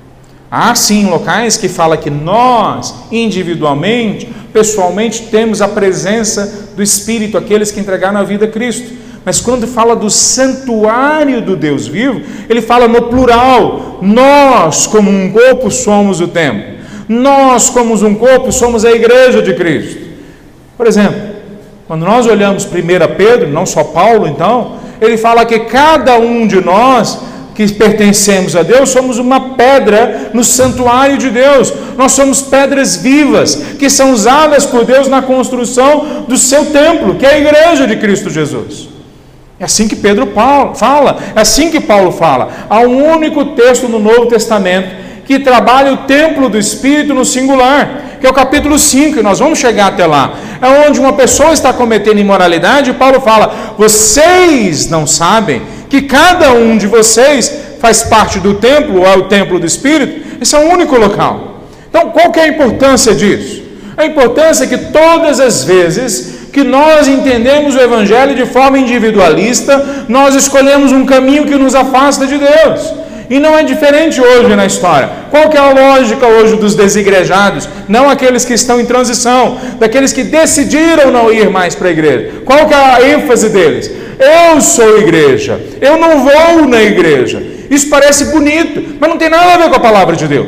Há sim locais que fala que nós, individualmente, pessoalmente, temos a presença do Espírito, aqueles que entregaram a vida a Cristo. Mas quando fala do santuário do Deus vivo, ele fala no plural. Nós, como um corpo, somos o templo. Nós, como um corpo, somos a igreja de Cristo. Por exemplo, quando nós olhamos primeiro Pedro, não só Paulo, então, ele fala que cada um de nós que pertencemos a Deus, somos uma pedra no santuário de Deus. Nós somos pedras vivas, que são usadas por Deus na construção do seu templo, que é a igreja de Cristo Jesus. É assim que Pedro fala, é assim que Paulo fala. Há um único texto no Novo Testamento que trabalha o templo do Espírito no singular, que é o capítulo cinco, e nós vamos chegar até lá. É onde uma pessoa está cometendo imoralidade, e Paulo fala, vocês não sabem que cada um de vocês faz parte do templo, ou é o templo do Espírito? Esse é o único local. Então, qual que é a importância disso? A importância é que todas as vezes que nós entendemos o Evangelho de forma individualista, nós escolhemos um caminho que nos afasta de Deus. E não é diferente hoje na história. Qual que é a lógica hoje dos desigrejados? Não aqueles que estão em transição, daqueles que decidiram não ir mais para a igreja. Qual que é a ênfase deles? Eu sou igreja, eu não vou na igreja. Isso parece bonito, mas não tem nada a ver com a palavra de Deus.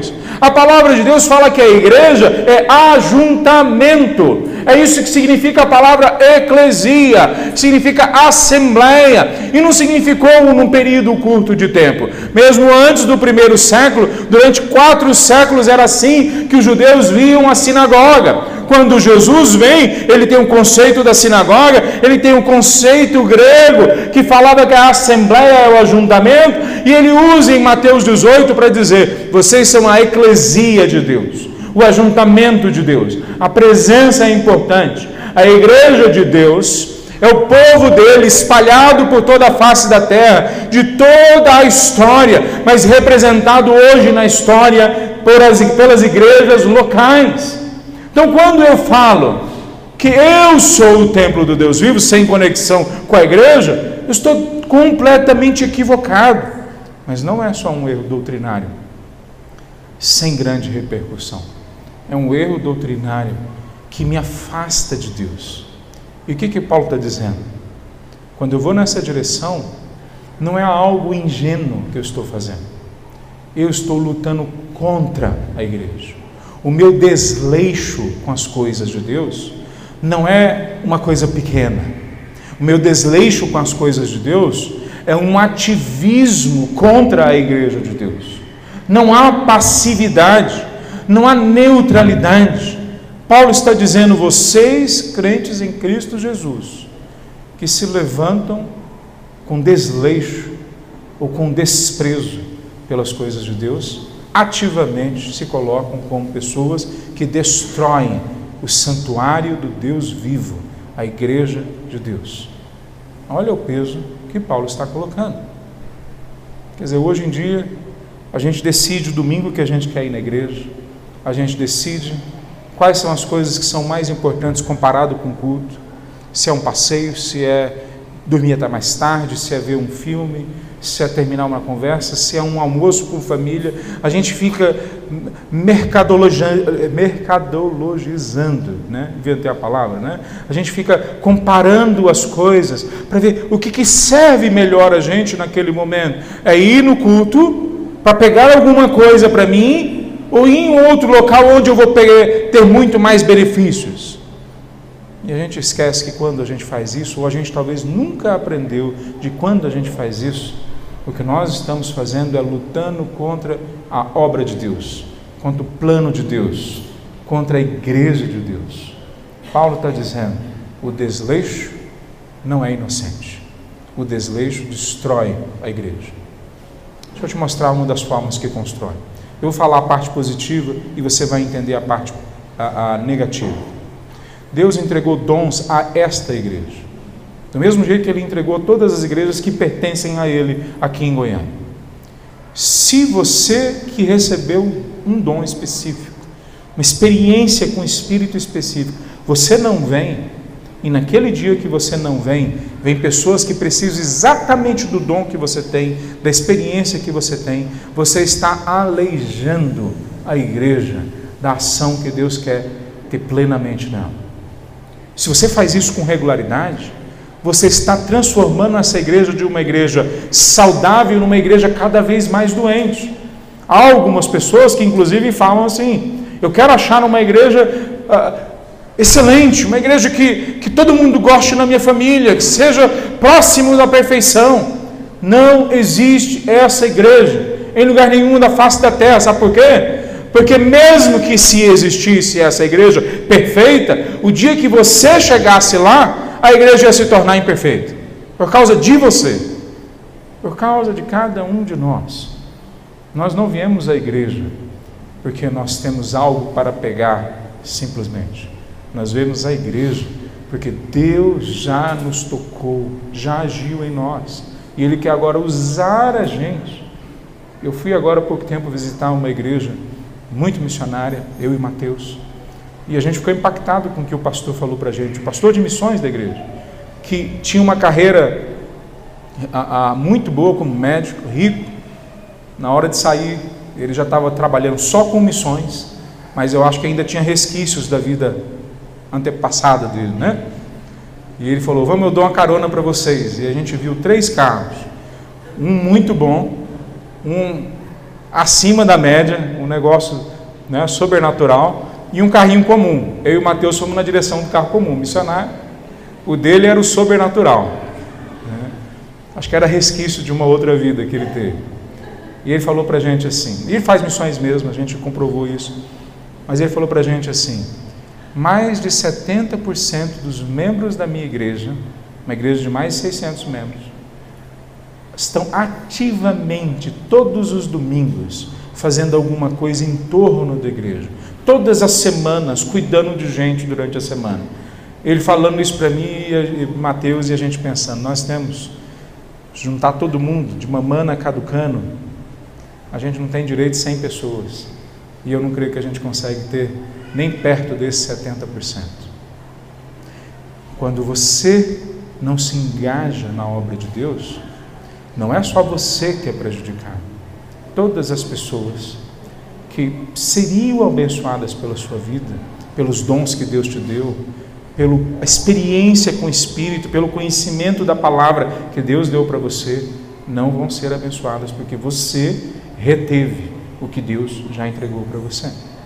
A palavra de Deus fala que a igreja é ajuntamento. É isso que significa a palavra eclesia, significa assembleia, e não significou num período curto de tempo. Mesmo antes do primeiro século, durante quatro séculos era assim que os judeus viam a sinagoga. Quando Jesus vem, ele tem um conceito da sinagoga, ele tem um conceito grego que falava que a assembleia é o ajuntamento, e ele usa em Mateus dezoito para dizer: vocês são a eclesia de Deus, o ajuntamento de Deus. A presença é importante. A igreja de Deus é o povo dele espalhado por toda a face da terra, de toda a história, mas representado hoje na história por as, pelas igrejas locais. Então, quando eu falo que eu sou o templo do Deus vivo, sem conexão com a igreja, eu estou completamente equivocado. Mas não é só um erro doutrinário, sem grande repercussão. É um erro doutrinário que me afasta de Deus. E o que que Paulo está dizendo? Quando eu vou nessa direção, não é algo ingênuo que eu estou fazendo. Eu estou lutando contra a igreja. O meu desleixo com as coisas de Deus não é uma coisa pequena. O meu desleixo com as coisas de Deus é um ativismo contra a igreja de Deus. Não há passividade, não há neutralidade. Paulo está dizendo: vocês, crentes em Cristo Jesus, que se levantam com desleixo ou com desprezo pelas coisas de Deus, ativamente se colocam como pessoas que destroem o santuário do Deus vivo, a igreja de Deus. Olha o peso que Paulo está colocando. Quer dizer, hoje em dia, a gente decide o domingo que a gente quer ir na igreja, a gente decide quais são as coisas que são mais importantes comparado com o culto, se é um passeio, se é dormir até mais tarde, se é ver um filme, se é terminar uma conversa, se é um almoço com família. A gente fica mercadologizando, mercadologizando, né? Inventei a palavra, né? A gente fica comparando as coisas para ver o que, que serve melhor a gente naquele momento. É ir no culto para pegar alguma coisa para mim, ou ir em outro local onde eu vou pegar, ter muito mais benefícios. E a gente esquece que quando a gente faz isso, ou a gente talvez nunca aprendeu de quando a gente faz isso, o que nós estamos fazendo é lutando contra a obra de Deus, contra o plano de Deus, contra a igreja de Deus. Paulo está dizendo: o desleixo não é inocente, o desleixo destrói a igreja. Deixa eu te mostrar uma das formas que constrói. Eu vou falar a parte positiva e você vai entender a parte a, a negativa. Deus entregou dons a esta igreja, do mesmo jeito que Ele entregou todas as igrejas que pertencem a Ele aqui em Goiânia. Se você que recebeu um dom específico, uma experiência com espírito específico, você não vem, e naquele dia que você não vem, vem pessoas que precisam exatamente do dom que você tem, da experiência que você tem, você está aleijando a igreja da ação que Deus quer ter plenamente nela. Se você faz isso com regularidade, você está transformando essa igreja de uma igreja saudável numa igreja cada vez mais doente. Há algumas pessoas que inclusive falam assim: eu quero achar uma igreja uh, excelente, uma igreja que, que todo mundo goste na minha família, que seja próximo da perfeição. Não existe essa igreja em lugar nenhum da face da terra. Sabe por quê? Porque mesmo que se existisse essa igreja perfeita, o dia que você chegasse lá, a igreja ia se tornar imperfeita, por causa de você, por causa de cada um de nós. Nós não viemos à igreja porque nós temos algo para pegar simplesmente. Nós viemos à igreja porque Deus já nos tocou, já agiu em nós, e Ele quer agora usar a gente. Eu fui agora há pouco tempo visitar uma igreja muito missionária, eu e Mateus, e a gente ficou impactado com o que o pastor falou para a gente, o pastor de missões da igreja, que tinha uma carreira a, a, muito boa como médico, rico. Na hora de sair, ele já estava trabalhando só com missões, mas eu acho que ainda tinha resquícios da vida antepassada dele, né? E ele falou: vamos, eu dou uma carona para vocês. E a gente viu três carros, um muito bom, um acima da média, um negócio, né, sobrenatural, e um carrinho comum. Eu e o Mateus fomos na direção do carro comum, missionário. O dele era o sobrenatural, né? Acho que era resquício de uma outra vida que ele teve. E ele falou para a gente assim, e ele faz missões mesmo, a gente comprovou isso, mas ele falou para a gente assim: mais de setenta por cento dos membros da minha igreja, uma igreja de mais de seiscentos membros, estão ativamente, todos os domingos, fazendo alguma coisa em torno da igreja, todas as semanas, cuidando de gente durante a semana. Ele falando isso para mim e Mateus, e a gente pensando, nós temos juntar todo mundo, de mamana a caducano, a gente não tem direito de cem pessoas, e eu não creio que a gente consegue ter nem perto desses setenta por cento. Quando você não se engaja na obra de Deus, não é só você que é prejudicado, todas as pessoas que seriam abençoadas pela sua vida, pelos dons que Deus te deu, pela experiência com o Espírito, pelo conhecimento da palavra que Deus deu para você, não vão ser abençoadas, porque você reteve o que Deus já entregou para você.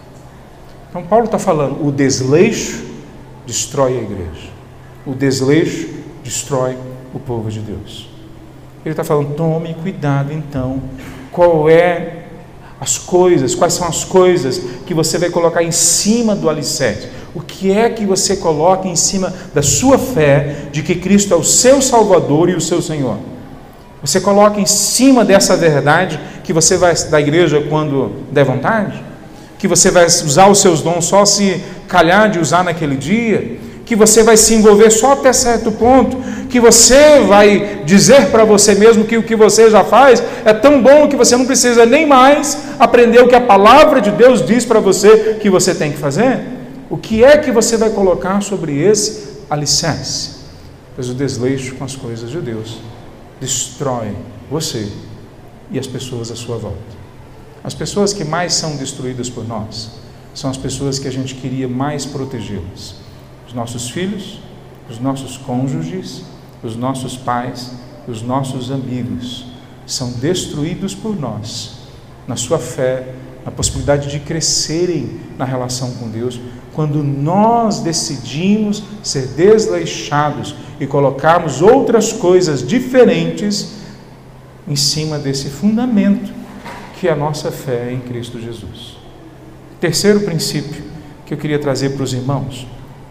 Então Paulo está falando, o desleixo destrói a igreja, o desleixo destrói o povo de Deus. Ele está falando, tome cuidado então, qual é as coisas, quais são as coisas que você vai colocar em cima do alicerce. O que é que você coloca em cima da sua fé de que Cristo é o seu Salvador e o seu Senhor? Você coloca em cima dessa verdade que você vai da igreja quando der vontade? Que você vai usar os seus dons só se calhar de usar naquele dia? Que você vai se envolver só até certo ponto? Que você vai dizer para você mesmo que o que você já faz é tão bom que você não precisa nem mais aprender o que a palavra de Deus diz para você que você tem que fazer? O que é que você vai colocar sobre esse alicerce? Pois o desleixo com as coisas de Deus destrói você e as pessoas à sua volta. As pessoas que mais são destruídas por nós são as pessoas que a gente queria mais protegê-las. Os nossos filhos, os nossos cônjuges, os nossos pais, os nossos amigos são destruídos por nós, na sua fé, na possibilidade de crescerem na relação com Deus, quando nós decidimos ser desleixados e colocarmos outras coisas diferentes em cima desse fundamento que é a nossa fé em Cristo Jesus. Terceiro princípio que eu queria trazer para os irmãos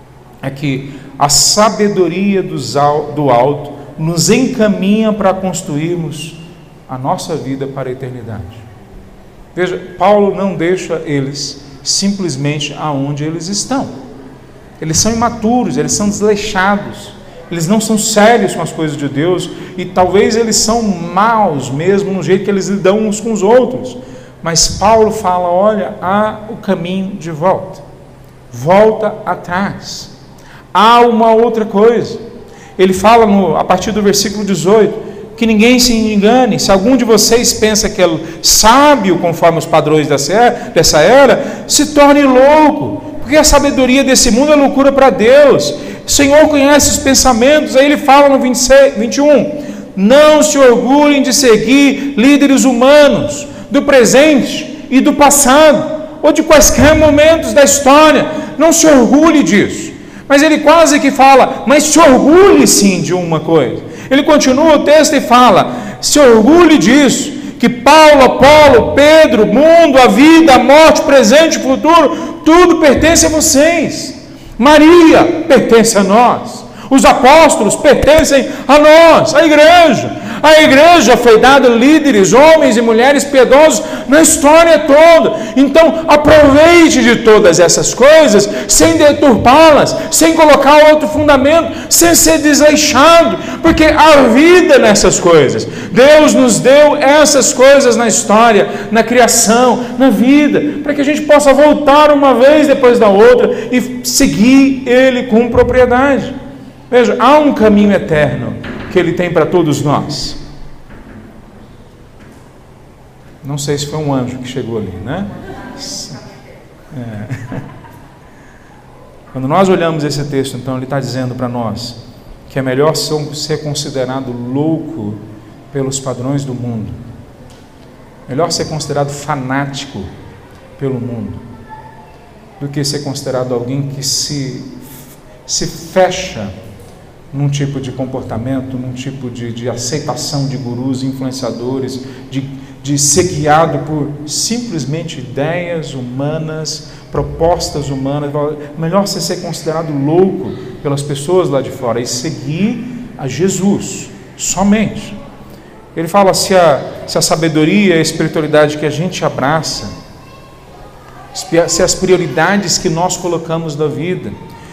é que a sabedoria do alto nos encaminha para construirmos a nossa vida para a eternidade. Veja, Paulo não deixa eles simplesmente aonde eles estão. Eles são imaturos, eles são desleixados, eles não são sérios com as coisas de Deus, e talvez eles são maus mesmo no jeito que eles lidam uns com os outros. Mas Paulo fala, olha, há o caminho de volta, volta atrás, há uma outra coisa. Ele fala no, a partir do versículo dezoito, que ninguém se engane, se algum de vocês pensa que é sábio conforme os padrões dessa era, dessa era, se torne louco, porque a sabedoria desse mundo é loucura para Deus. O Senhor conhece os pensamentos. Aí ele fala no vinte e seis, vinte e um, não se orgulhem de seguir líderes humanos do presente e do passado, ou de quaisquer momentos da história. Não se orgulhe disso. Mas ele quase que fala, mas se orgulhe sim de uma coisa. Ele continua o texto e fala, se orgulhe disso, que Paulo, Apolo, Pedro, o mundo, a vida, a morte, presente e futuro, tudo pertence a vocês. Maria pertence a nós. Os apóstolos pertencem a nós, a igreja. A igreja foi dada líderes, homens e mulheres piedosos na história toda. Então, aproveite de todas essas coisas, sem deturpá-las, sem colocar outro fundamento, sem ser desleixado, porque há vida nessas coisas. Deus nos deu essas coisas na história, na criação, na vida, para que a gente possa voltar uma vez depois da outra e seguir Ele com propriedade. Veja, há um caminho eterno que Ele tem para todos nós. Não sei se foi um anjo que chegou ali, né? É. Quando nós olhamos esse texto, então, ele está dizendo para nós que é melhor ser considerado louco pelos padrões do mundo Melhor ser considerado fanático pelo mundo do que ser considerado alguém que se, se fecha num tipo de comportamento, num tipo de, de aceitação de gurus, influenciadores, de, de ser guiado por simplesmente ideias humanas, propostas humanas. Melhor você ser considerado louco pelas pessoas lá de fora e seguir a Jesus somente. Ele fala, se a, se a sabedoria e a espiritualidade que a gente abraça, se as prioridades que nós colocamos na vida,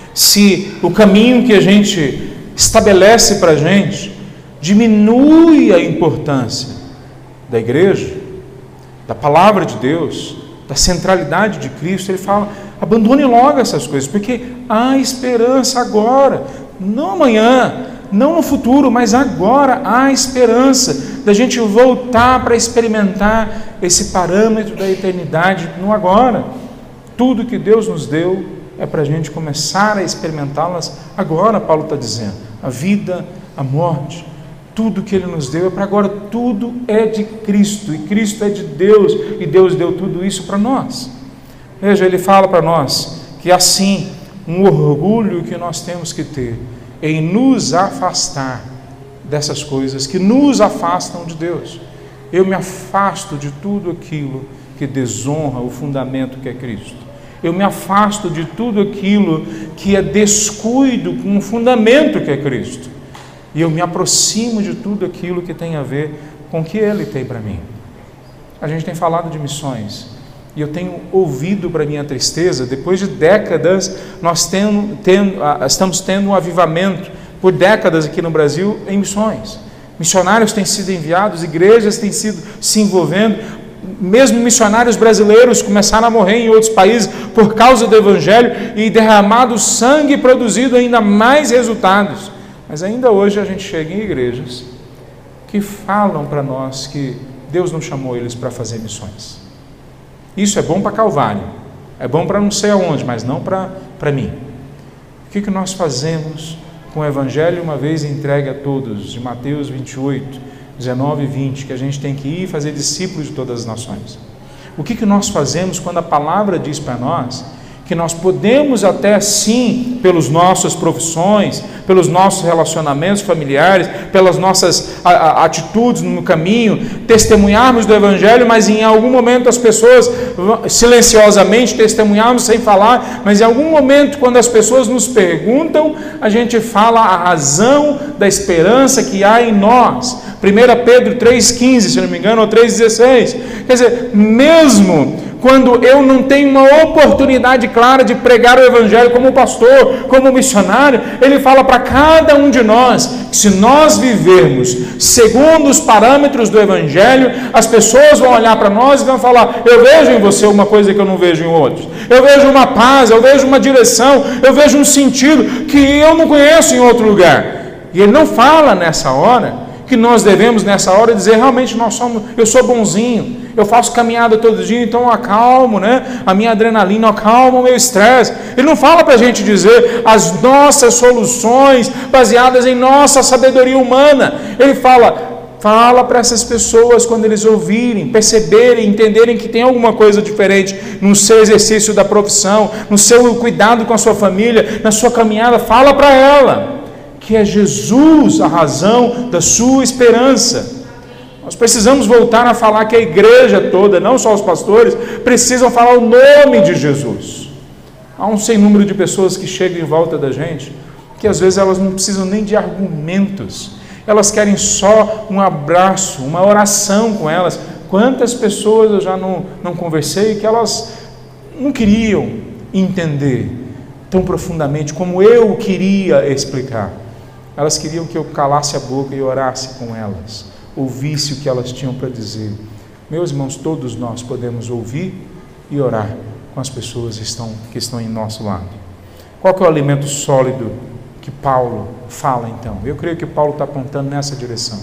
se o caminho que a gente estabelece para a gente diminui a importância da igreja, da palavra de Deus, da centralidade de Cristo, ele fala, abandone logo essas coisas, porque há esperança agora, não amanhã, não no futuro, mas agora há esperança da gente voltar para experimentar esse parâmetro da eternidade no agora. Tudo que Deus nos deu é para a gente começar a experimentá-las agora. Paulo está dizendo, a vida, a morte, tudo que Ele nos deu é para agora. Tudo é de Cristo, e Cristo é de Deus, e Deus deu tudo isso para nós. Veja, Ele fala para nós que assim, um orgulho que nós temos que ter em nos afastar dessas coisas que nos afastam de Deus. Eu me afasto de tudo aquilo que desonra o fundamento que é Cristo. Eu me afasto de tudo aquilo que é descuido com o fundamento que é Cristo. E eu me aproximo de tudo aquilo que tem a ver com o que Ele tem para mim. A gente tem falado de missões, e eu tenho ouvido, para minha tristeza, depois de décadas, nós tendo, tendo, estamos tendo um avivamento, por décadas aqui no Brasil, em missões. Missionários têm sido enviados, igrejas têm sido se envolvendo, mesmo missionários brasileiros começaram a morrer em outros países por causa do Evangelho e derramado sangue e produzido ainda mais resultados. Mas ainda hoje a gente chega em igrejas que falam para nós que Deus não chamou eles para fazer missões. Isso é bom para Calvário, é bom para não sei aonde, mas não para, para mim. O que, que nós fazemos com o Evangelho uma vez entregue a todos, de Mateus vinte e oito, dezenove e vinte, que a gente tem que ir fazer discípulos de todas as nações? O que, que nós fazemos quando a palavra diz para nós que nós podemos até sim, pelas nossas profissões, pelos nossos relacionamentos familiares, pelas nossas a, a, atitudes no caminho, testemunharmos do Evangelho, mas em algum momento as pessoas, silenciosamente testemunharmos sem falar, mas em algum momento quando as pessoas nos perguntam, a gente fala a razão da esperança que há em nós. primeira Pedro três quinze, se não me engano, ou três dezesseis. Quer dizer, mesmo quando eu não tenho uma oportunidade clara de pregar o Evangelho como pastor, como missionário, ele fala para cada um de nós que se nós vivermos segundo os parâmetros do Evangelho, as pessoas vão olhar para nós e vão falar, eu vejo em você uma coisa que eu não vejo em outros, eu vejo uma paz, eu vejo uma direção, eu vejo um sentido que eu não conheço em outro lugar. E ele não fala nessa hora que nós devemos nessa hora dizer, realmente nós somos, eu sou bonzinho, eu faço caminhada todo dia, então eu acalmo, né? A minha adrenalina, eu acalmo o meu estresse. Ele não fala para a gente dizer as nossas soluções baseadas em nossa sabedoria humana. Ele fala, fala para essas pessoas quando eles ouvirem, perceberem, entenderem que tem alguma coisa diferente no seu exercício da profissão, no seu cuidado com a sua família, na sua caminhada, fala para ela que é Jesus a razão da sua esperança. Nós precisamos voltar a falar que a igreja toda, não só os pastores, precisam falar o nome de Jesus. Há um sem número de pessoas que chegam em volta da gente, que às vezes elas não precisam nem de argumentos, elas querem só um abraço, uma oração com elas. Quantas pessoas eu já não, não conversei que elas não queriam entender tão profundamente como eu queria explicar. Elas queriam que eu calasse a boca e orasse com elas, ouvisse o que elas tinham para dizer. Meus irmãos, todos nós podemos ouvir e orar com as pessoas que estão, que estão em nosso lado. Qual que é o alimento sólido que Paulo fala então? Eu creio que Paulo está apontando nessa direção.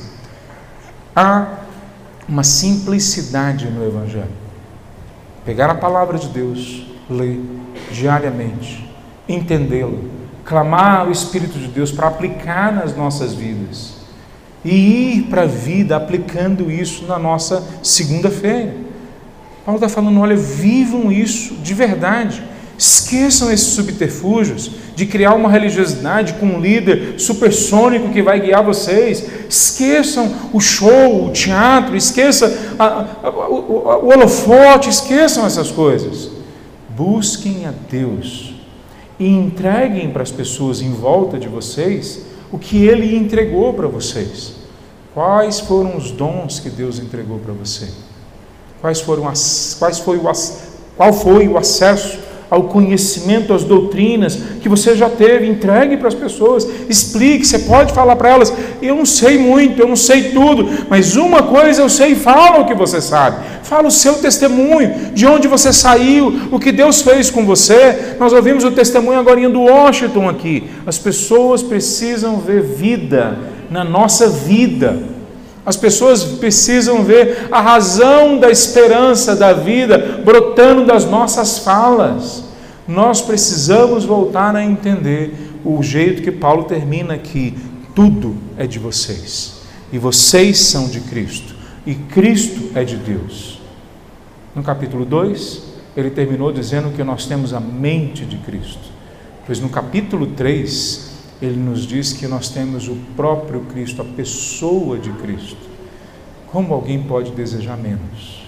Há uma simplicidade no Evangelho. Pegar a palavra de Deus, ler diariamente, entendê-lo, clamar ao Espírito de Deus para aplicar nas nossas vidas. e ir para a vida aplicando isso na nossa segunda-feira. Paulo está falando, olha, vivam isso de verdade. Esqueçam esses subterfúgios de criar uma religiosidade com um líder supersônico que vai guiar vocês. Esqueçam o show, o teatro, esqueçam a, a, o, o, o holofote, esqueçam essas coisas. Busquem a Deus e entreguem para as pessoas em volta de vocês o que Ele entregou para vocês. Quais foram os dons que Deus entregou para você? Quais foram as, quais foi o, qual foi o acesso ao conhecimento, às doutrinas que você já teve? Entregue para as pessoas, explique. Você pode falar para elas, eu não sei muito, eu não sei tudo, mas uma coisa eu sei, fala o que você sabe, fala o seu testemunho, de onde você saiu, o que Deus fez com você. Nós ouvimos o testemunho agora do Washington aqui. As pessoas precisam ver vida na nossa vida. As pessoas precisam ver a razão da esperança da vida brotando das nossas falas. Nós precisamos voltar a entender o jeito que Paulo termina aqui. Tudo é de vocês, e vocês são de Cristo, e Cristo é de Deus. No capítulo dois, ele terminou dizendo que nós temos a mente de Cristo, pois no capítulo três, ele nos diz que nós temos o próprio Cristo, a pessoa de Cristo. Como alguém pode desejar menos?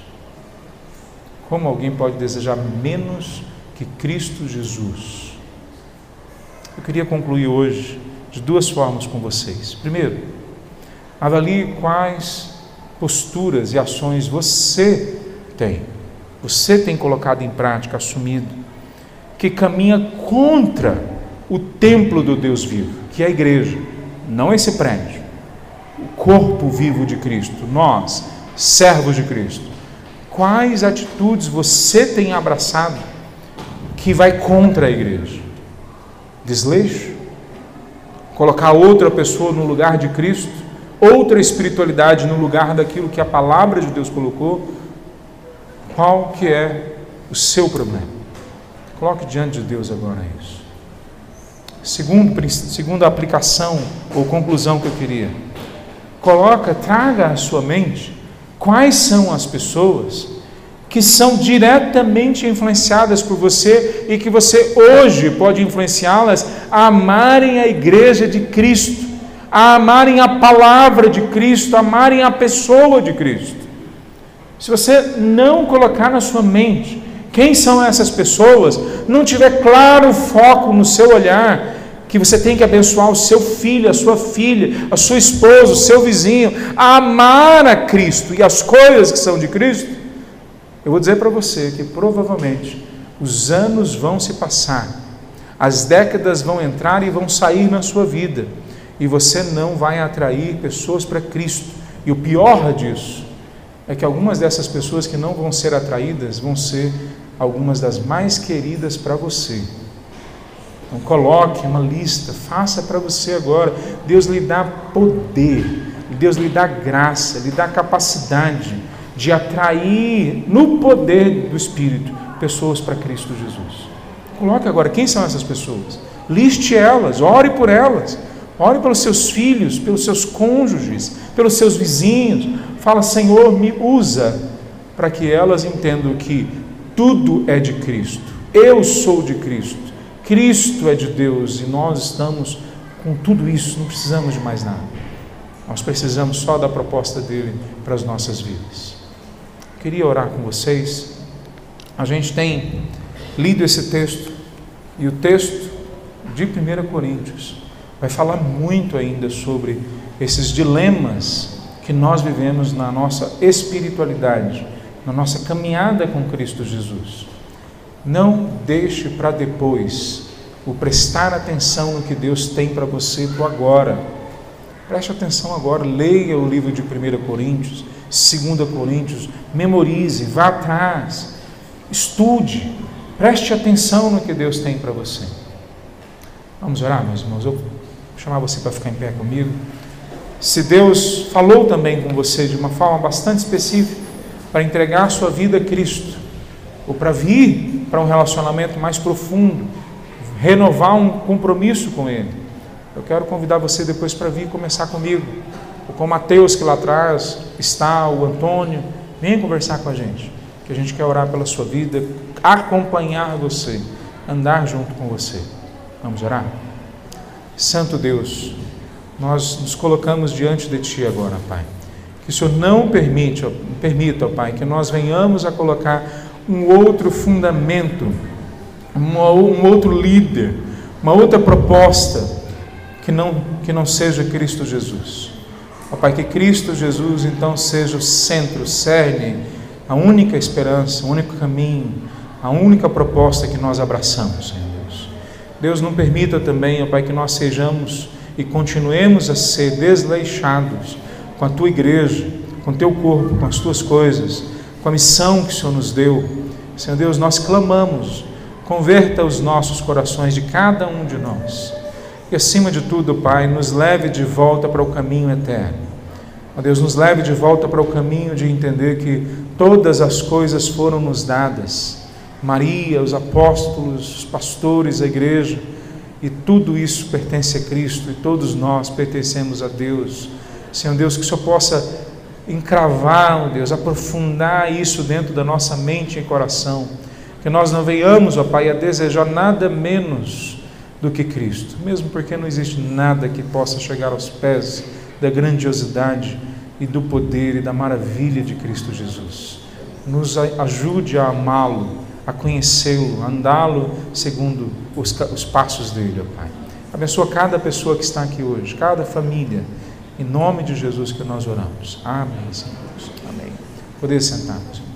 Como alguém pode desejar menos que Cristo Jesus? Eu queria concluir hoje de duas formas com vocês. Primeiro, avalie quais posturas e ações você tem, você tem colocado em prática, assumido, que caminha contra o templo do Deus vivo, que é a igreja, não esse prédio, o corpo vivo de Cristo, nós, servos de Cristo. Quais atitudes você tem abraçado que vai contra a igreja? Desleixo? Colocar outra pessoa no lugar de Cristo? Outra espiritualidade no lugar daquilo que a palavra de Deus colocou? Qual que é o seu problema? Coloque diante de Deus agora isso. Segundo, segunda aplicação ou conclusão que eu queria, coloca, traga à sua mente quais são as pessoas que são diretamente influenciadas por você e que você hoje pode influenciá-las a amarem a igreja de Cristo, a amarem a palavra de Cristo, a amarem a pessoa de Cristo. Se você não colocar na sua mente quem são essas pessoas, não tiver claro o foco no seu olhar, que você tem que abençoar o seu filho, a sua filha, a sua esposa, o seu vizinho, a amar a Cristo e as coisas que são de Cristo, eu vou dizer para você que provavelmente os anos vão se passar, as décadas vão entrar e vão sair na sua vida, e você não vai atrair pessoas para Cristo. E o pior disso é que algumas dessas pessoas que não vão ser atraídas vão ser algumas das mais queridas para você. Então coloque uma lista, faça para você agora. Deus lhe dá poder, Deus lhe dá graça, lhe dá capacidade de atrair no poder do Espírito pessoas para Cristo Jesus. Coloque agora, quem são essas pessoas? Liste elas, ore por elas, ore pelos seus filhos, pelos seus cônjuges, pelos seus vizinhos. Fala, Senhor, me usa para que elas entendam que tudo é de Cristo, eu sou de Cristo, Cristo é de Deus e nós estamos com tudo isso, não precisamos de mais nada. Nós precisamos só da proposta dele para as nossas vidas. Queria orar com vocês. A gente tem lido esse texto e o texto de primeira Coríntios vai falar muito ainda sobre esses dilemas que nós vivemos na nossa espiritualidade, na nossa caminhada com Cristo Jesus. Não deixe para depois o prestar atenção no que Deus tem para você para agora. Preste atenção agora, leia o livro de primeira Coríntios, segunda Coríntios, memorize, vá atrás, estude, preste atenção no que Deus tem para você. Vamos orar, meus irmãos? Eu vou chamar você para ficar em pé comigo. Se Deus falou também com você de uma forma bastante específica para entregar a sua vida a Cristo, ou para vir para um relacionamento mais profundo, renovar um compromisso com Ele, eu quero convidar você depois para vir começar comigo ou com o Mateus que lá atrás está, o Antônio, venha conversar com a gente, que a gente quer orar pela sua vida, acompanhar você, andar junto com você. Vamos orar? Santo Deus, nós nos colocamos diante de Ti agora, Pai. Que o Senhor não permite, permita, Pai, que nós venhamos a colocar um outro fundamento, um, um outro líder, uma outra proposta, que não, que não seja Cristo Jesus. Ó Pai, que Cristo Jesus então seja o centro, o cerne, a única esperança, o único caminho, a única proposta que nós abraçamos, Senhor Deus. Deus, não permita também, ó Pai, que nós sejamos e continuemos a ser desleixados com a Tua igreja, com o Teu corpo, com as Tuas coisas, com a missão que o Senhor nos deu. Senhor Deus, nós clamamos, converta os nossos corações de cada um de nós. E acima de tudo, Pai, nos leve de volta para o caminho eterno. Ó Deus, nos leve de volta para o caminho de entender que todas as coisas foram nos dadas. Maria, os apóstolos, os pastores, a igreja, e tudo isso pertence a Cristo, e todos nós pertencemos a Deus. Senhor Deus, que o Senhor possa encravar, ó Deus, aprofundar isso dentro da nossa mente e coração, que nós não venhamos, ó Pai, a desejar nada menos do que Cristo, mesmo porque não existe nada que possa chegar aos pés da grandiosidade e do poder e da maravilha de Cristo Jesus. Nos ajude a amá-lo, a conhecê-lo, a andá-lo segundo os, os passos dele, ó Pai. Abençoa cada pessoa que está aqui hoje, cada família, em nome de Jesus que nós oramos. Amém, Senhor. Amém. Poder sentar, Senhor.